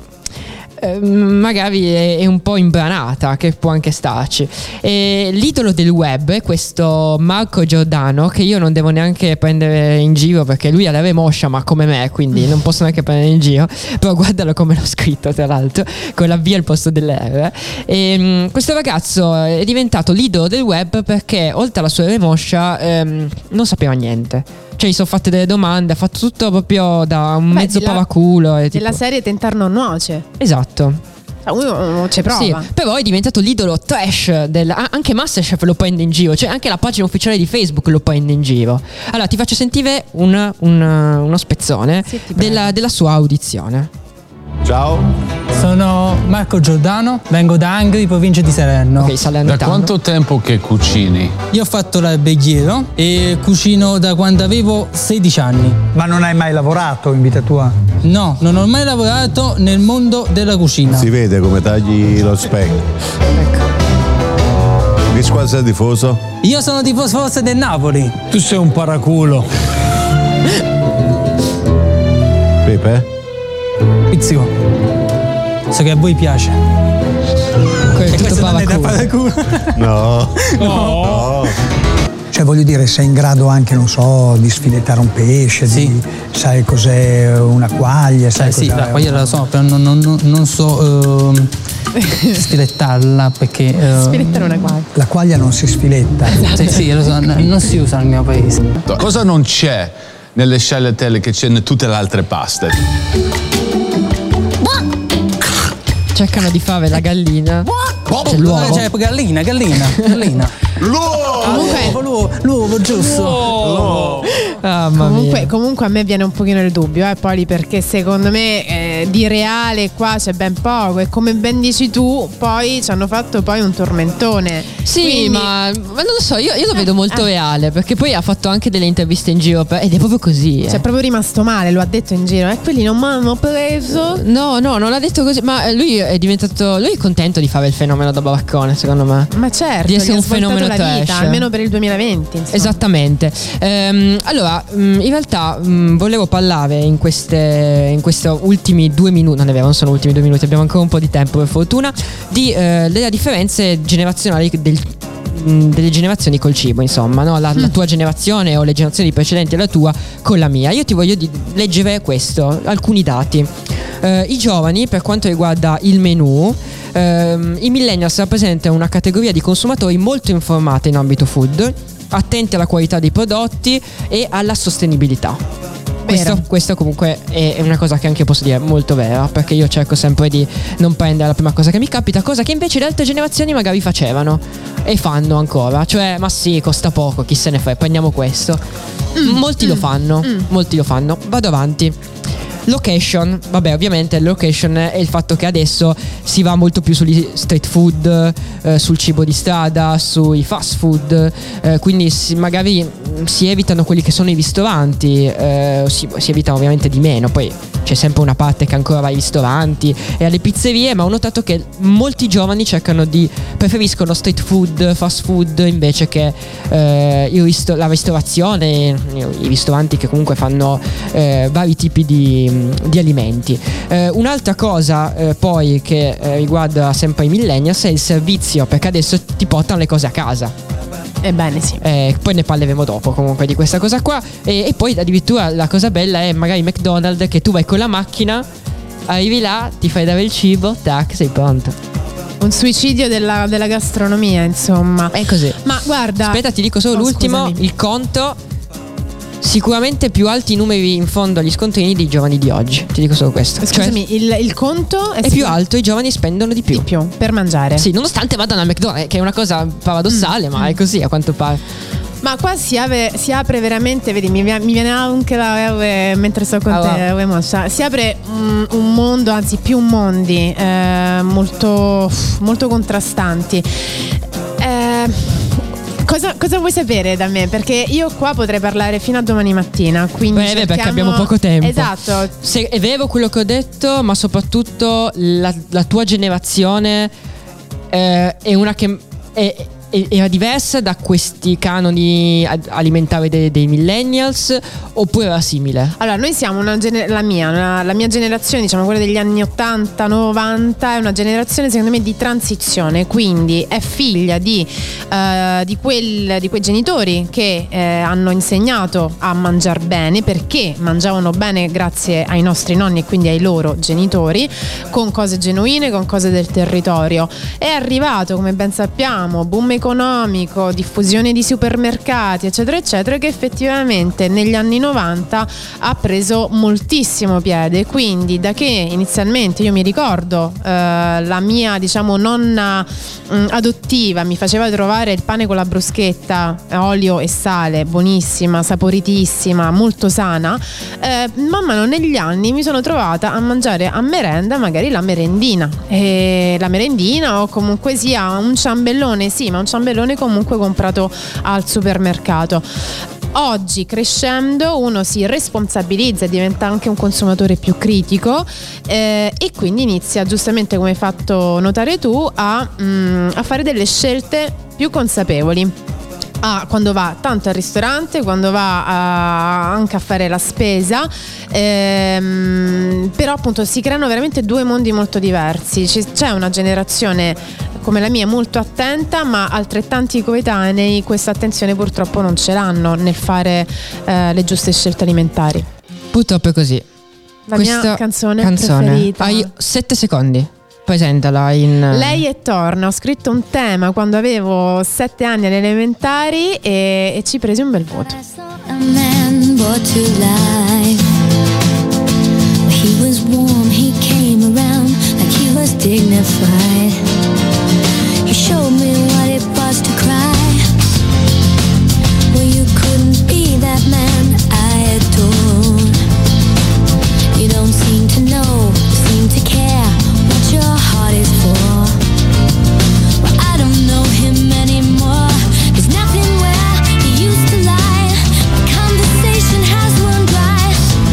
magari è un po' imbranata, che può anche starci. E l'idolo del web è questo Marco Giordano, che io non devo neanche prendere in giro perché lui ha la remoscia ma come me, quindi non posso neanche prendere in giro, però guardalo come l'ho scritto, tra l'altro, con la V al posto dell'R. E questo ragazzo è diventato l'idolo del web perché oltre alla sua remoscia non sapeva niente. Cioè gli sono fatte delle domande, ha fatto tutto proprio da un mezzo pavaculo della serie tentar non nuoce. Esatto. Uno ci prova. Sì, però è diventato l'idolo trash anche Masterchef lo prende in giro, cioè anche la pagina ufficiale di Facebook lo prende in giro. Allora ti faccio sentire uno spezzone della sua audizione. Ciao, sono Marco Giordano, vengo da Angri, provincia di Salerno. Da quanto tempo che cucini? Io ho fatto l'alberghiero e cucino da quando avevo 16 anni. Ma non hai mai lavorato in vita tua? No, non ho mai lavorato nel mondo della cucina. Si vede come tagli lo specchio. Ecco. Che squadra sei tifoso? Io sono tifoso forse del Napoli. Tu sei un paraculo. Pepe? Pizzico. So che a voi piace. Questo non è da paraculo. No. Cioè voglio dire, sei in grado anche, non so, di sfilettare un pesce, sai cos'è una quaglia, sai sì, cos'è la quaglia la so, però non so sfilettarla perché sfilettare una quaglia. La quaglia non si sfiletta. Sì, lo so, non si usa nel mio paese. Cosa non c'è nelle scialletelle che c'è in tutte le altre paste? Cercano di fare la gallina. C'è l'uovo. C'è gallina. L'uovo, giusto. Comunque a me viene un pochino il dubbio, Poli, perché secondo me di reale qua c'è ben poco, e come ben dici tu poi ci hanno fatto poi un tormentone. Sì, quindi... ma non lo so, io lo vedo molto reale, perché poi ha fatto anche delle interviste in giro ed è proprio così. Cioè è proprio rimasto male, lo ha detto in giro, quelli non mi hanno preso. No, non l'ha detto così, ma lui è contento di fare il fenomeno da baraccone, secondo me. Ma certo, di essere un fenomeno la trash, vita, almeno per il 2020, insomma. Esattamente. Allora, in realtà volevo parlare in questi ultimi 2 minuti, non è vero, non sono ultimi 2 minuti, abbiamo ancora un po' di tempo per fortuna, delle differenze generazionali delle generazioni col cibo, insomma, no? La tua generazione o le generazioni precedenti alla tua con la mia. Io ti voglio leggere questo, alcuni dati. I giovani, per quanto riguarda il menù, i millennials rappresentano una categoria di consumatori molto informata in ambito food, attenti alla qualità dei prodotti e alla sostenibilità. Questo comunque è una cosa che anche io posso dire molto vera, perché io cerco sempre di non prendere la prima cosa che mi capita, cosa che invece le altre generazioni magari facevano e fanno ancora, cioè ma sì, costa poco, chi se ne frega, prendiamo questo. Molti lo fanno, vado avanti. Location, vabbè, ovviamente location è il fatto che adesso si va molto più sugli street food, sul cibo di strada, sui fast food, quindi magari si evitano quelli che sono i ristoranti, si evitano ovviamente di meno, poi c'è sempre una parte che ancora va ai ristoranti e alle pizzerie, ma ho notato che molti giovani preferiscono street food, fast food invece che la ristorazione, i ristoranti che comunque fanno vari tipi di alimenti. Un'altra cosa poi che riguarda sempre i millennials è il servizio, perché adesso ti portano le cose a casa. Ebbene sì. Poi ne parleremo dopo comunque di questa cosa qua. E poi addirittura la cosa bella è magari McDonald's, che tu vai con la macchina, arrivi là, ti fai dare il cibo, tac, sei pronto. Un suicidio della gastronomia, insomma. È così. Ma guarda, aspetta, ti dico solo l'ultimo, scusami. Il conto. Sicuramente più alti i numeri in fondo agli scontrini dei giovani di oggi. Ti dico solo questo. Scusami, il conto è più alto, i giovani spendono di più per mangiare. Sì, nonostante vadano al McDonald's, che è una cosa paradossale, ma è così a quanto pare. Ma qua si apre veramente, vedi, mi viene anche la mentre sto con te, mossa. Si apre un mondo, anzi più mondi molto, molto contrastanti. Cosa vuoi sapere da me? Perché io qua potrei parlare fino a domani mattina. Quindi perché abbiamo poco tempo. Esatto. È vero quello che ho detto, ma soprattutto la tua generazione è una che era diversa da questi canoni alimentari dei millennials, oppure era simile? Allora, noi siamo la mia generazione, diciamo quella degli anni 80, 90, è una generazione secondo me di transizione, quindi è figlia di quei genitori che hanno insegnato a mangiare bene, perché mangiavano bene grazie ai nostri nonni e quindi ai loro genitori, con cose genuine, con cose del territorio. È arrivato, come ben sappiamo, boom economico, diffusione di supermercati, eccetera eccetera, che effettivamente negli anni 90 ha preso moltissimo piede. Quindi da che inizialmente io mi ricordo la mia, diciamo, nonna adottiva mi faceva trovare il pane con la bruschetta, olio e sale, buonissima, saporitissima, molto sana, man mano negli anni mi sono trovata a mangiare a merenda magari la merendina o comunque sia un ciambellone, sì, ma un ciambellone comunque comprato al supermercato. Oggi, crescendo, uno si responsabilizza e diventa anche un consumatore più critico, e quindi inizia, giustamente come hai fatto notare tu, a fare delle scelte più consapevoli. Quando va tanto al ristorante, quando va anche a fare la spesa, però appunto si creano veramente due mondi molto diversi. C'è una generazione come la mia molto attenta, ma altrettanti coetanei questa attenzione purtroppo non ce l'hanno nel fare le giuste scelte alimentari. Purtroppo è così. Mia canzone preferita. Hai 7 secondi. Presentala in... Lei è Torna. Ho scritto un tema quando avevo 7 anni alle elementari e ci presi un bel voto. A man brought to life. He was warm, he came around like he was dignified. He showed me what it was to cry. Well, you couldn't be that man I adored. You don't seem to know, seem to care what your heart is for. Well, I don't know him anymore. There's nothing where he used to lie. My conversation has run dry.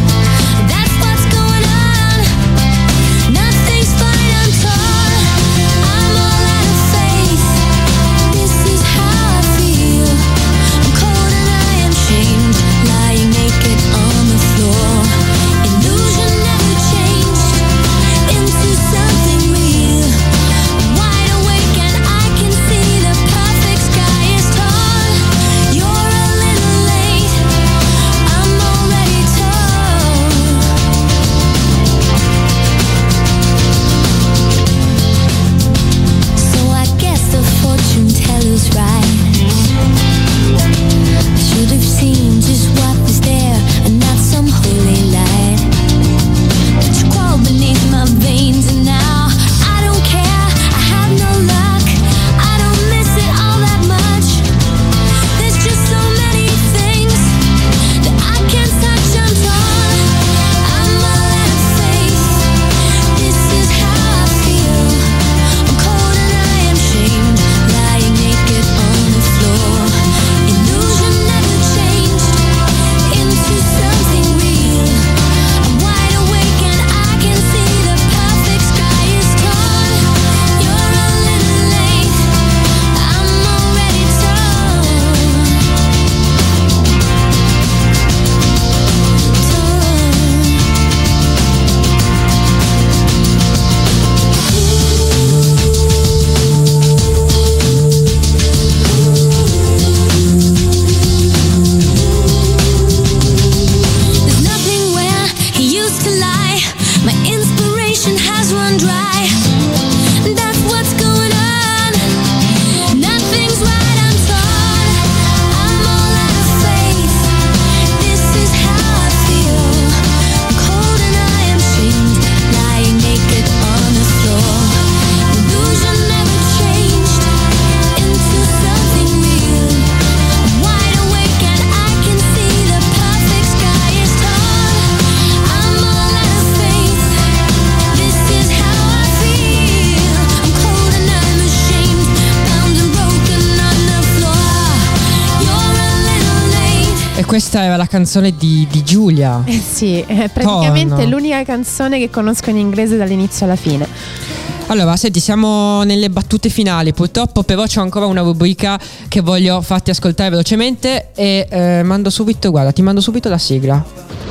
questa era la canzone di Giulia. Sì, è praticamente Porno. l'unica canzone che conosco in inglese dall'inizio alla fine. Allora, senti, siamo nelle battute finali. Purtroppo però c'ho ancora una rubrica che voglio farti ascoltare velocemente e ti mando subito la sigla.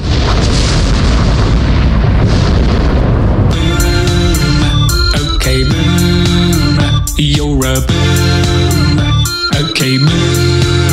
Okay, boom, you're a boom. Okay, boom.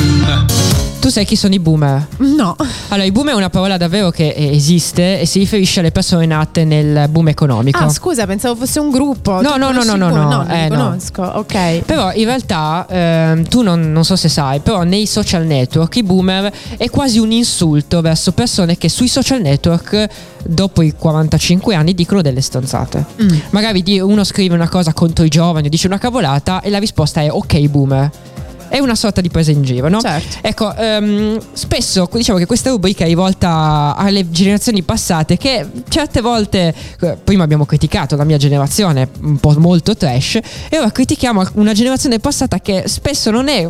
Tu sai chi sono i boomer? No. Allora, i boomer è una parola davvero che esiste e si riferisce alle persone nate nel boom economico. Ah, scusa, pensavo fosse un gruppo. No, Tu no, conosci no, il no, boom? no. Non li conosco, ok. Però in realtà tu non so se sai, però nei social network i boomer è quasi un insulto verso persone che sui social network dopo i 45 anni dicono delle stronzate. Magari uno scrive una cosa contro i giovani o dice una cavolata e la risposta è ok boomer. È una sorta di presa in giro, no? Certo. Ecco, spesso che questa rubrica è rivolta alle generazioni passate che certe volte, prima abbiamo criticato la mia generazione un po' molto trash e ora critichiamo una generazione passata che spesso non è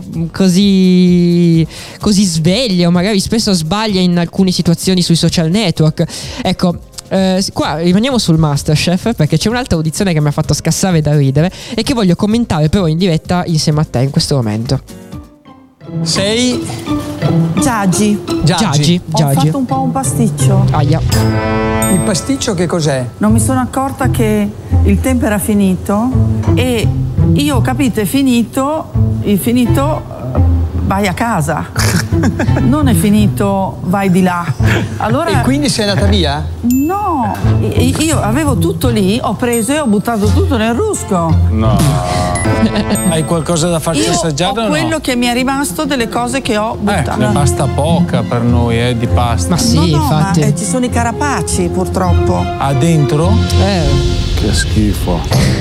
così sveglia o magari spesso sbaglia in alcune situazioni sui social network. Ecco, qua rimaniamo sul Masterchef perché c'è un'altra audizione che mi ha fatto scassare da ridere e che voglio commentare però in diretta insieme a te in questo momento. Sei Giaggi. Ho fatto un po' un pasticcio. Aia. Il pasticcio che cos'è? Non mi sono accorta che il tempo era finito e io ho capito è finito, vai a casa. Non è finito, vai di là. Allora, E quindi sei andata via? no, io avevo tutto lì, ho preso e ho buttato tutto nel rusco. No. Hai qualcosa da farci Io assaggiare ho o quello no? che mi è rimasto delle cose che ho buttato. Ne basta poca per noi, di pasta. Ma sì, no, infatti. ma ci sono i carapaci purtroppo. Ah, dentro? Che schifo.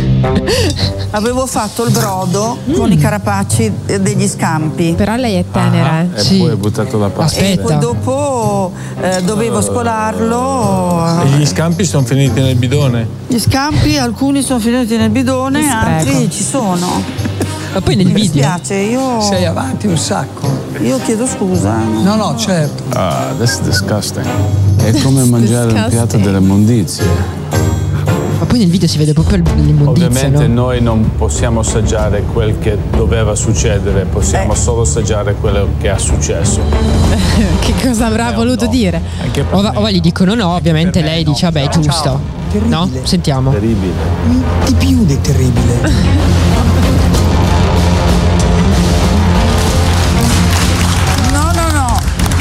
Avevo fatto il brodo con i carapaci degli scampi. Però lei è tenera, E poi hai buttato la pasta. E poi dopo dovevo scolarlo. E gli scampi sono finiti nel bidone? Gli scampi, alcuni sono finiti nel bidone, Che spreco. altri ci sono. Ma poi nel Mi video dispiace, io. Sei avanti un sacco. Io chiedo scusa. No, certo. Ah, that's disgusting. È come mangiare un piatto delle immondizie. Ma poi nel video si vede proprio l'immondizia, Ovviamente no? noi non possiamo assaggiare quel che doveva succedere, possiamo solo assaggiare quello che è successo. Che cosa avrà voluto dire? Ora gli dicono no, ovviamente lei dice vabbè è giusto. No? Sentiamo. Terribile. Di più di terribile. No.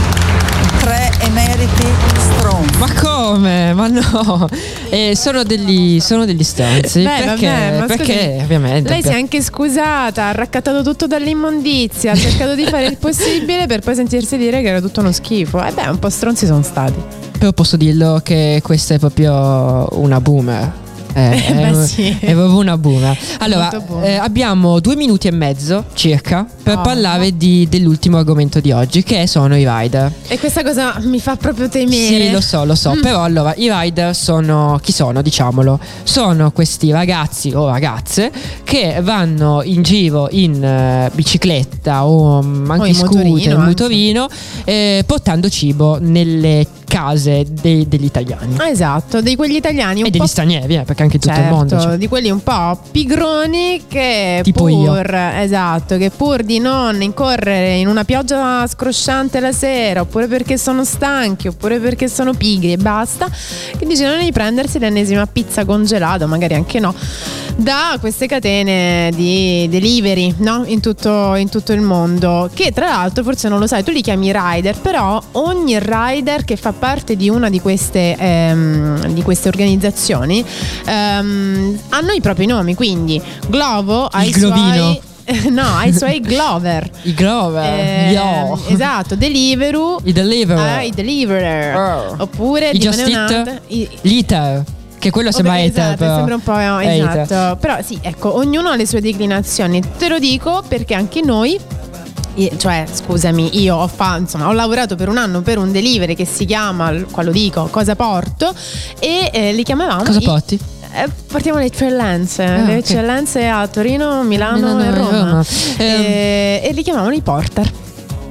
3 emeriti stronzi. Ma come? Ma no. Sono degli stronzi. Beh, perché? vabbè, ma Perché scusi, ovviamente. lei si è anche scusata, ha raccattato tutto dall'immondizia, ha cercato di fare il possibile per poi sentirsi dire che era tutto uno schifo. E beh, un po' stronzi sono stati. Però posso dirlo che questa è proprio una boomer. Sì. È proprio una boomer. Allora, Molto boomer. abbiamo 2 minuti e mezzo circa per parlare dell'ultimo argomento di oggi, che sono i rider. E questa cosa mi fa proprio temere. Sì, lo so. Però allora, i rider sono, chi sono? Diciamolo. Sono questi ragazzi o ragazze che vanno in giro in bicicletta o anche in scooter, motorino, in motorino, portando cibo nelle case degli italiani. Esatto, di quegli italiani un E degli po'. stranieri, perché anche in tutto il Certo, mondo. Cioè. di quelli un po' pigroni che Tipo che pur di non incorrere in una pioggia scrosciante la sera, oppure perché sono stanchi, oppure perché sono pigri e basta, che decidono di prendersi l'ennesima pizza congelata, magari anche no, da queste catene di delivery, no? In tutto il mondo, che tra l'altro forse non lo sai, tu li chiami rider, però ogni rider che fa parte di una di queste organizzazioni hanno i propri nomi, quindi Glovo ha i suoi ha i suoi Glover. I Glover. Esatto, Deliveroo. I Deliverer. I Deliverer. Oppure I Just Eat. L'Eater. Che quello sembra hater, esatto, però. sembra un po' esatto. Però sì, ecco, ognuno ha le sue declinazioni. Te lo dico perché anche noi, cioè scusami, io ho lavorato per un anno per un delivery che si chiama, qua lo dico, Cosa Porto, e li chiamavamo Cosa porti? Portiamo le eccellenze, okay. Eccellenze a Torino, Milano e Roma. E li chiamavano i porter.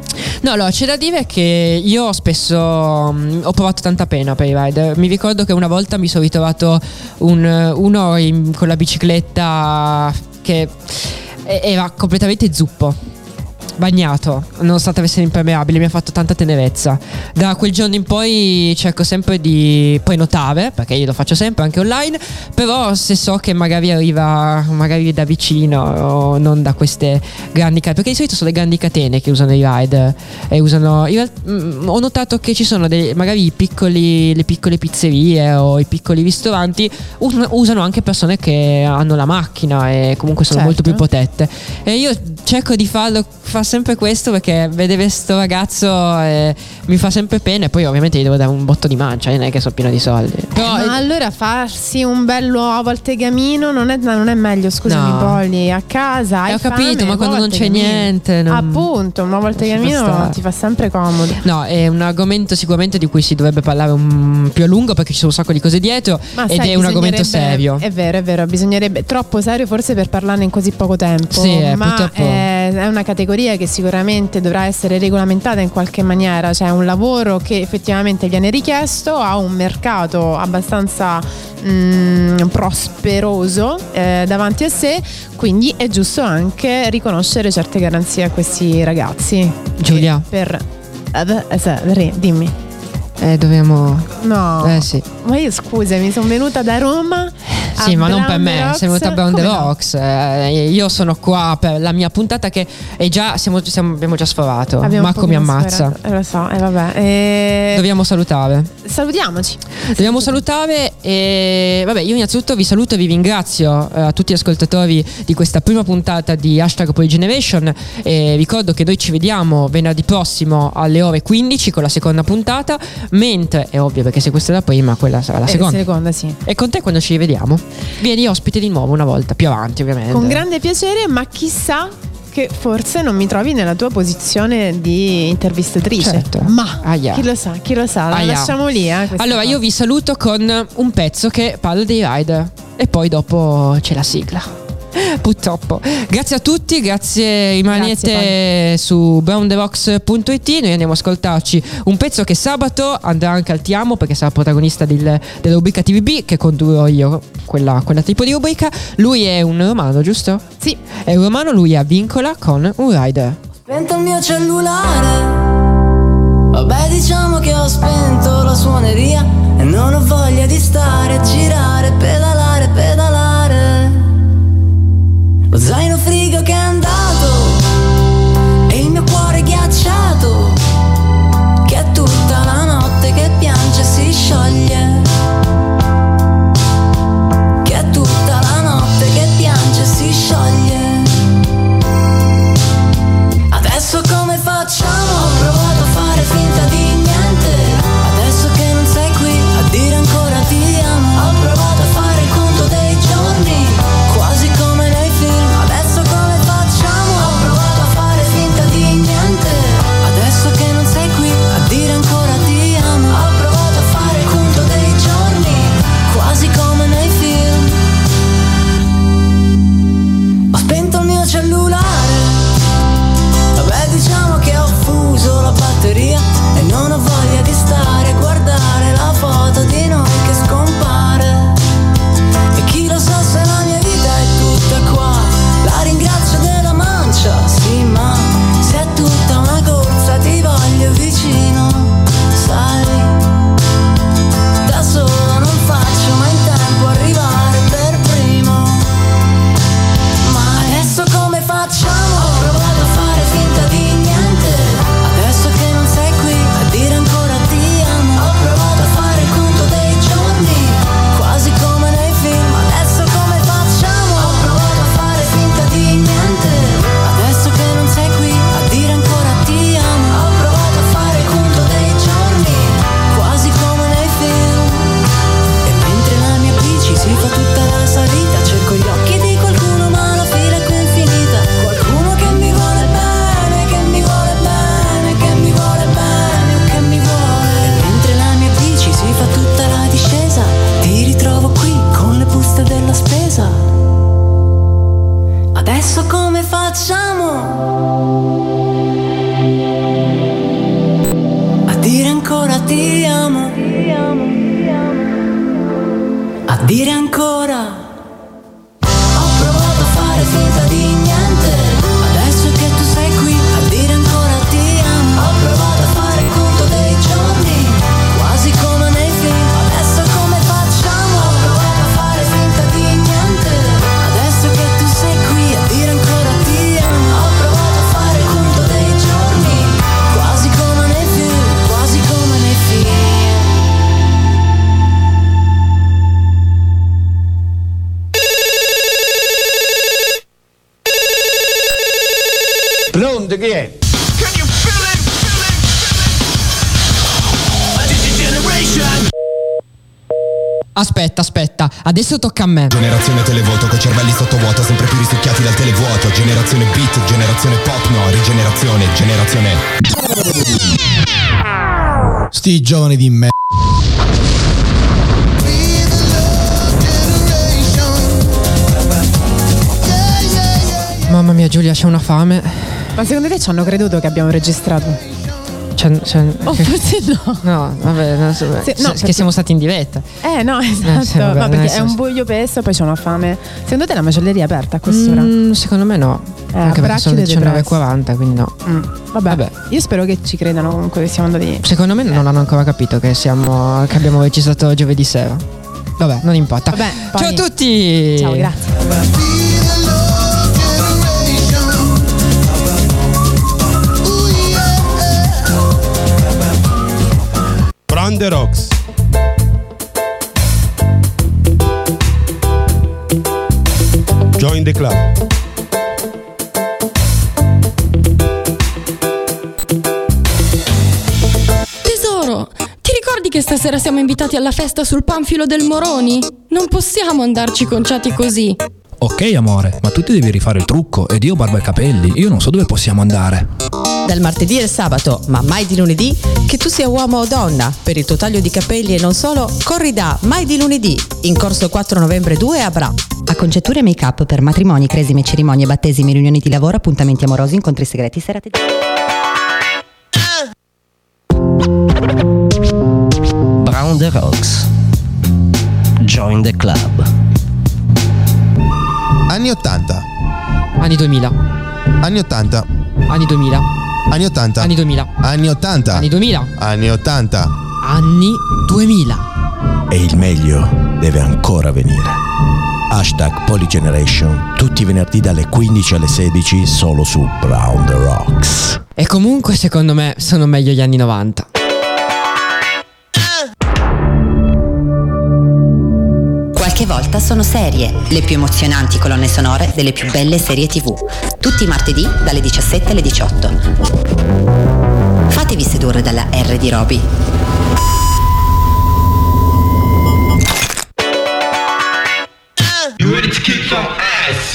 No, c'è da dire che io spesso ho provato tanta pena per i ride. Mi ricordo che una volta mi sono ritrovato uno con la bicicletta che era completamente zuppo, bagnato, nonostante avesse l'impermeabile. Mi ha fatto tanta tenerezza. Da quel giorno in poi cerco sempre di prenotare, perché io lo faccio sempre anche online, però se so che magari arriva magari da vicino o non da queste grandi catene, perché di solito sono le grandi catene che usano i ride e usano ho notato che ci sono magari le piccole pizzerie o i piccoli ristoranti usano anche persone che hanno la macchina e comunque sono molto più protette, e io cerco di fa sempre questo perché vedere sto ragazzo mi fa sempre pena, e poi ovviamente gli devo dare un botto di mancia, non è che sono pieno di soldi. Però ma allora farsi un bello uovo al tegamino non è meglio, scusami, Polly, a casa hai ho capito, fame, ma quando non c'è niente appunto un uovo al tegamino ti fa sempre comodo. No, è un argomento sicuramente di cui si dovrebbe parlare più a lungo, perché ci sono un sacco di cose dietro, ed è un argomento serio. È vero, bisognerebbe, troppo serio forse per parlarne in così poco tempo, ma purtroppo è una categoria che sicuramente dovrà essere regolamentata in qualche maniera, cioè un lavoro che effettivamente viene richiesto, ha un mercato abbastanza prosperoso davanti a sé, quindi è giusto anche riconoscere certe garanzie a questi ragazzi. Giulia, dimmi. Dobbiamo. No. Sì. Ma io scusami, sono venuta da Roma. Sì, ma non per me, sei venuta a Brown the Rocks. Io sono qua per la mia puntata che è già. Abbiamo già sforato. Marco mi ammazza. Lo so, vabbè. Dobbiamo salutare. Salutiamoci. Dobbiamo salutare. E vabbè, io innanzitutto vi saluto e vi ringrazio a tutti gli ascoltatori di questa prima puntata di #PolyGeneration. E ricordo che noi ci vediamo venerdì prossimo alle ore 15 con la seconda puntata. Mentre è ovvio, perché se questa è la prima, quella sarà la seconda. Seconda, sì. E con te quando ci rivediamo vieni ospite di nuovo una volta più avanti, ovviamente. Con grande piacere, ma chissà che forse non mi trovi nella tua posizione di intervistatrice. Certo. Ma chi lo sa, la lasciamo lì. Allora io vi saluto con un pezzo che parla dei rider e poi dopo c'è la sigla. Purtroppo. Grazie a tutti, rimanete su browntherox.it. Noi andiamo a ascoltarci un pezzo che sabato andrà anche al Ti Amo, perché sarà protagonista della rubrica TVB che condurrò io, quella tipo di rubrica. Lui è un romano, giusto? Sì. È un romano, lui a Vincola con un rider. Spento il mio cellulare, vabbè diciamo che ho spento la suoneria e non ho voglia di stare a girare, pedalare. Lo zaino frigo che è andato e il mio cuore ghiacciato, che è tutta la notte che piange e si scioglie, che è tutta la notte che piange e si scioglie. Adesso come facciamo? Ho provato a fare finta di niente, adesso che non sei qui a dire ancora ti amo. Ho provato a fare il conto dei giorni, quasi come nei film. Adesso come facciamo? Ho provato a fare finta di niente, adesso che non sei qui a dire ancora ti amo. Ho provato a fare il conto dei giorni, quasi come nei film. Ho spento il mio cellulare, vabbè diciamo che ho fuso la batteria e non ho voglia di stare a guardare la foto di noi che scompare. E chi lo sa se la mia vita è tutta qua, la ringrazio della mancia, sì, ma se è tutta una corsa ti voglio vicino, sai. Da solo non faccio mai in tempo arrivare per primo. Ma adesso come facciamo? Ho provato a fare finta di niente, adesso che non sei qui a dire ancora ti amo. Ho provato a fare il conto dei giorni, quasi come nei film. Adesso come facciamo? Ho provato a fare finta di niente, adesso che non sei qui a dire ancora ti amo. Ho provato a fare il conto dei giorni, quasi come nei film. E mentre la mia bici si fa tutta la salita, cerco gli occhi di qualcuno ma la fila è qui infinita. Qualcuno che mi vuole bene, che mi vuole bene, che mi vuole bene, che mi vuole. E mentre la mia bici si fa tutta la discesa, ti ritrovo qui con le buste della spesa. Adesso come facciamo? a dire ancora. Ho provato a fare finta di niente, adesso che tu sei qui a dire ancora ti amo. Ho provato a fare il conto dei giorni, quasi come nei film, adesso come facciamo? Ho provato a fare finta di niente, adesso che tu sei qui a dire ancora ti amo. Ho provato a fare il conto dei giorni, quasi come nei film, quasi come nei film. Pronto, chi è? Aspetta, adesso tocca a me. Generazione televoto, coi cervelli sottovuoto, sempre più risucchiati dal televuoto. Generazione beat, generazione pop, no, generazione. Sti giovani di me. Mamma mia, Giulia, c'è una fame. Ma secondo te ci hanno creduto che abbiamo registrato? Oh, forse no. No, vabbè, no, che siamo stati in diretta. No, esatto. sì, vabbè, no, perché è un buio pesto, poi c'è una fame. Secondo te la macelleria è aperta a quest'ora? Secondo me no. Anche perché sono le 19:40, quindi no. Vabbè, io spero che ci credano comunque che siamo andati. Secondo me non hanno ancora capito che abbiamo registrato giovedì sera. Vabbè, non importa. Vabbè, poi... Ciao a tutti. Ciao, grazie. Brown the Rocks. Join the club. Tesoro, ti ricordi che stasera siamo invitati alla festa sul Panfilo del Moroni? Non possiamo andarci conciati così. Ok amore, ma tu ti devi rifare il trucco ed io barba e capelli, io non so dove possiamo andare. Dal martedì al sabato, ma mai di lunedì, che tu sia uomo o donna, per il tuo taglio di capelli e non solo, corri da Mai di lunedì, in corso 4 novembre 2 a Bra. Acconciature e make-up per matrimoni, cresime, cerimonie, battesimi, riunioni di lavoro, appuntamenti amorosi, incontri segreti, serate di... Brown the Rocks. Join the club. Anni 80. Anni 2000. Anni 80. Anni 2000. Anni 80. Anni 2000. Anni 80. Anni 2000. Anni 80. Anni 2000. E il meglio deve ancora venire. Hashtag Polygeneration, tutti i venerdì dalle 15 alle 16 solo su Brown the Rocks. E comunque secondo me sono meglio gli anni 90. Qualche volta sono serie, le più emozionanti colonne sonore delle più belle serie TV. Tutti i martedì dalle 17 alle 18. Fatevi sedurre dalla R di Roby. You ready to kick some ass?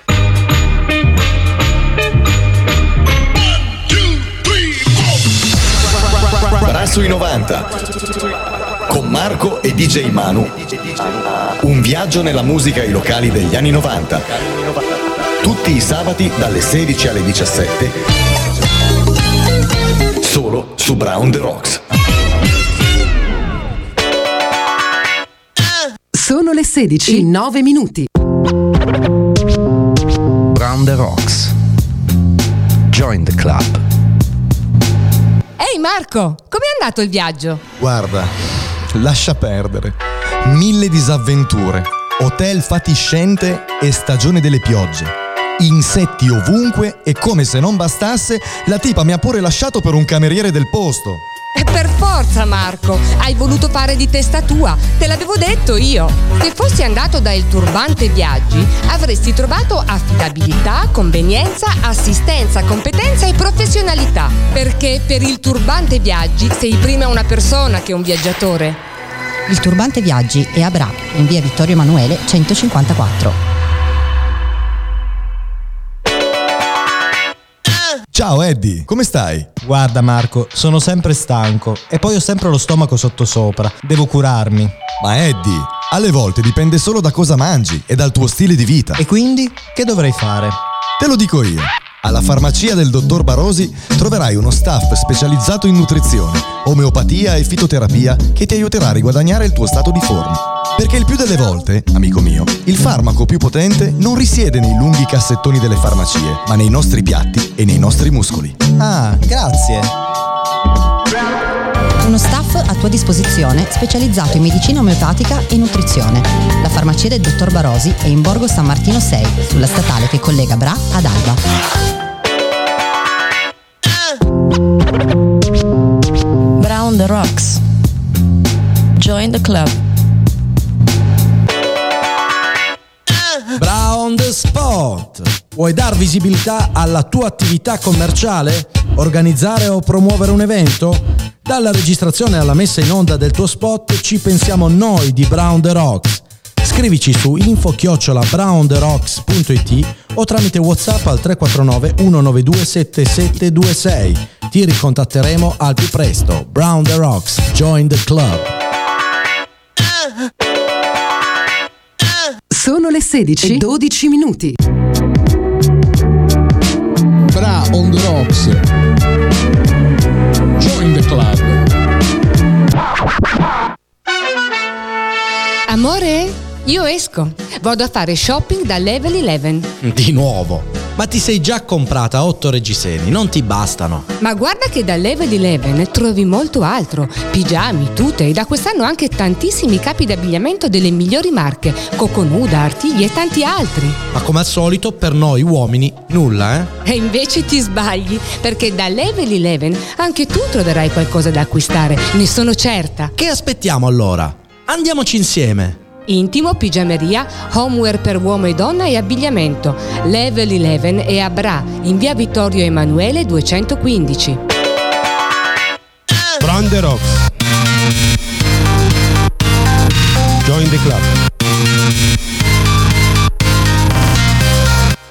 Sarà sui 90 con Marco e DJ Manu. Un viaggio nella musica ai locali degli anni 90. Tutti i sabati dalle 16 alle 17. Solo su Brown the Rocks. Sono le 16, 9 minuti. Brown the Rocks. Join the club. Ehi Marco, com'è andato il viaggio? Guarda, lascia perdere. 1000 disavventure, hotel fatiscente e stagione delle piogge. Insetti ovunque e come se non bastasse, la tipa mi ha pure lasciato per un cameriere del posto. E per forza Marco, hai voluto fare di testa tua, te l'avevo detto io. Se fossi andato da Il Turbante Viaggi, avresti trovato affidabilità, convenienza, assistenza, competenza e professionalità. Perché per Il Turbante Viaggi sei prima una persona che un viaggiatore. Il Turbante Viaggi è a Bra, in via Vittorio Emanuele 154. Ciao Eddie, come stai? Guarda Marco, sono sempre stanco e poi ho sempre lo stomaco sottosopra. Devo curarmi. Ma Eddie, alle volte dipende solo da cosa mangi e dal tuo stile di vita. E quindi che dovrei fare? Te lo dico io. Alla farmacia del dottor Barosi troverai uno staff specializzato in nutrizione, omeopatia e fitoterapia che ti aiuterà a riguadagnare il tuo stato di forma. Perché il più delle volte, amico mio, il farmaco più potente non risiede nei lunghi cassettoni delle farmacie, ma nei nostri piatti e nei nostri muscoli. Ah, grazie. Uno staff a tua disposizione specializzato in medicina omeopatica e nutrizione. La farmacia del dottor Barosi è in Borgo San Martino 6, sulla statale che collega Bra ad Alba. Bra on the rocks. Join the club. Bra on the spot. Vuoi dar visibilità alla tua attività commerciale? Organizzare o promuovere un evento? Dalla registrazione alla messa in onda del tuo spot ci pensiamo noi di Bra on the Rocks. Scrivici su info@braonderocks.it o tramite WhatsApp al 349 192 7726. Ti ricontatteremo al più presto. Bra on the Rocks, join the club. Sono le 16:12. Bra on the Rocks, join the club. Amore, io esco. Vado a fare shopping da Level 11. Di nuovo? Ma ti sei già comprata 8 reggiseni, non ti bastano. Ma guarda che da Level 11 trovi molto altro. Pigiami, tute e da quest'anno anche tantissimi capi d'abbigliamento delle migliori marche. Coconuda, Artigli e tanti altri. Ma come al solito per noi uomini nulla, eh? E invece ti sbagli, perché da Level 11 anche tu troverai qualcosa da acquistare, ne sono certa. Che aspettiamo allora? Andiamoci insieme. Intimo, pigiameria, homeware per uomo e donna e abbigliamento. Level 11 è a Bra, in via Vittorio Emanuele 215. Bra on the Rocks. Join the club.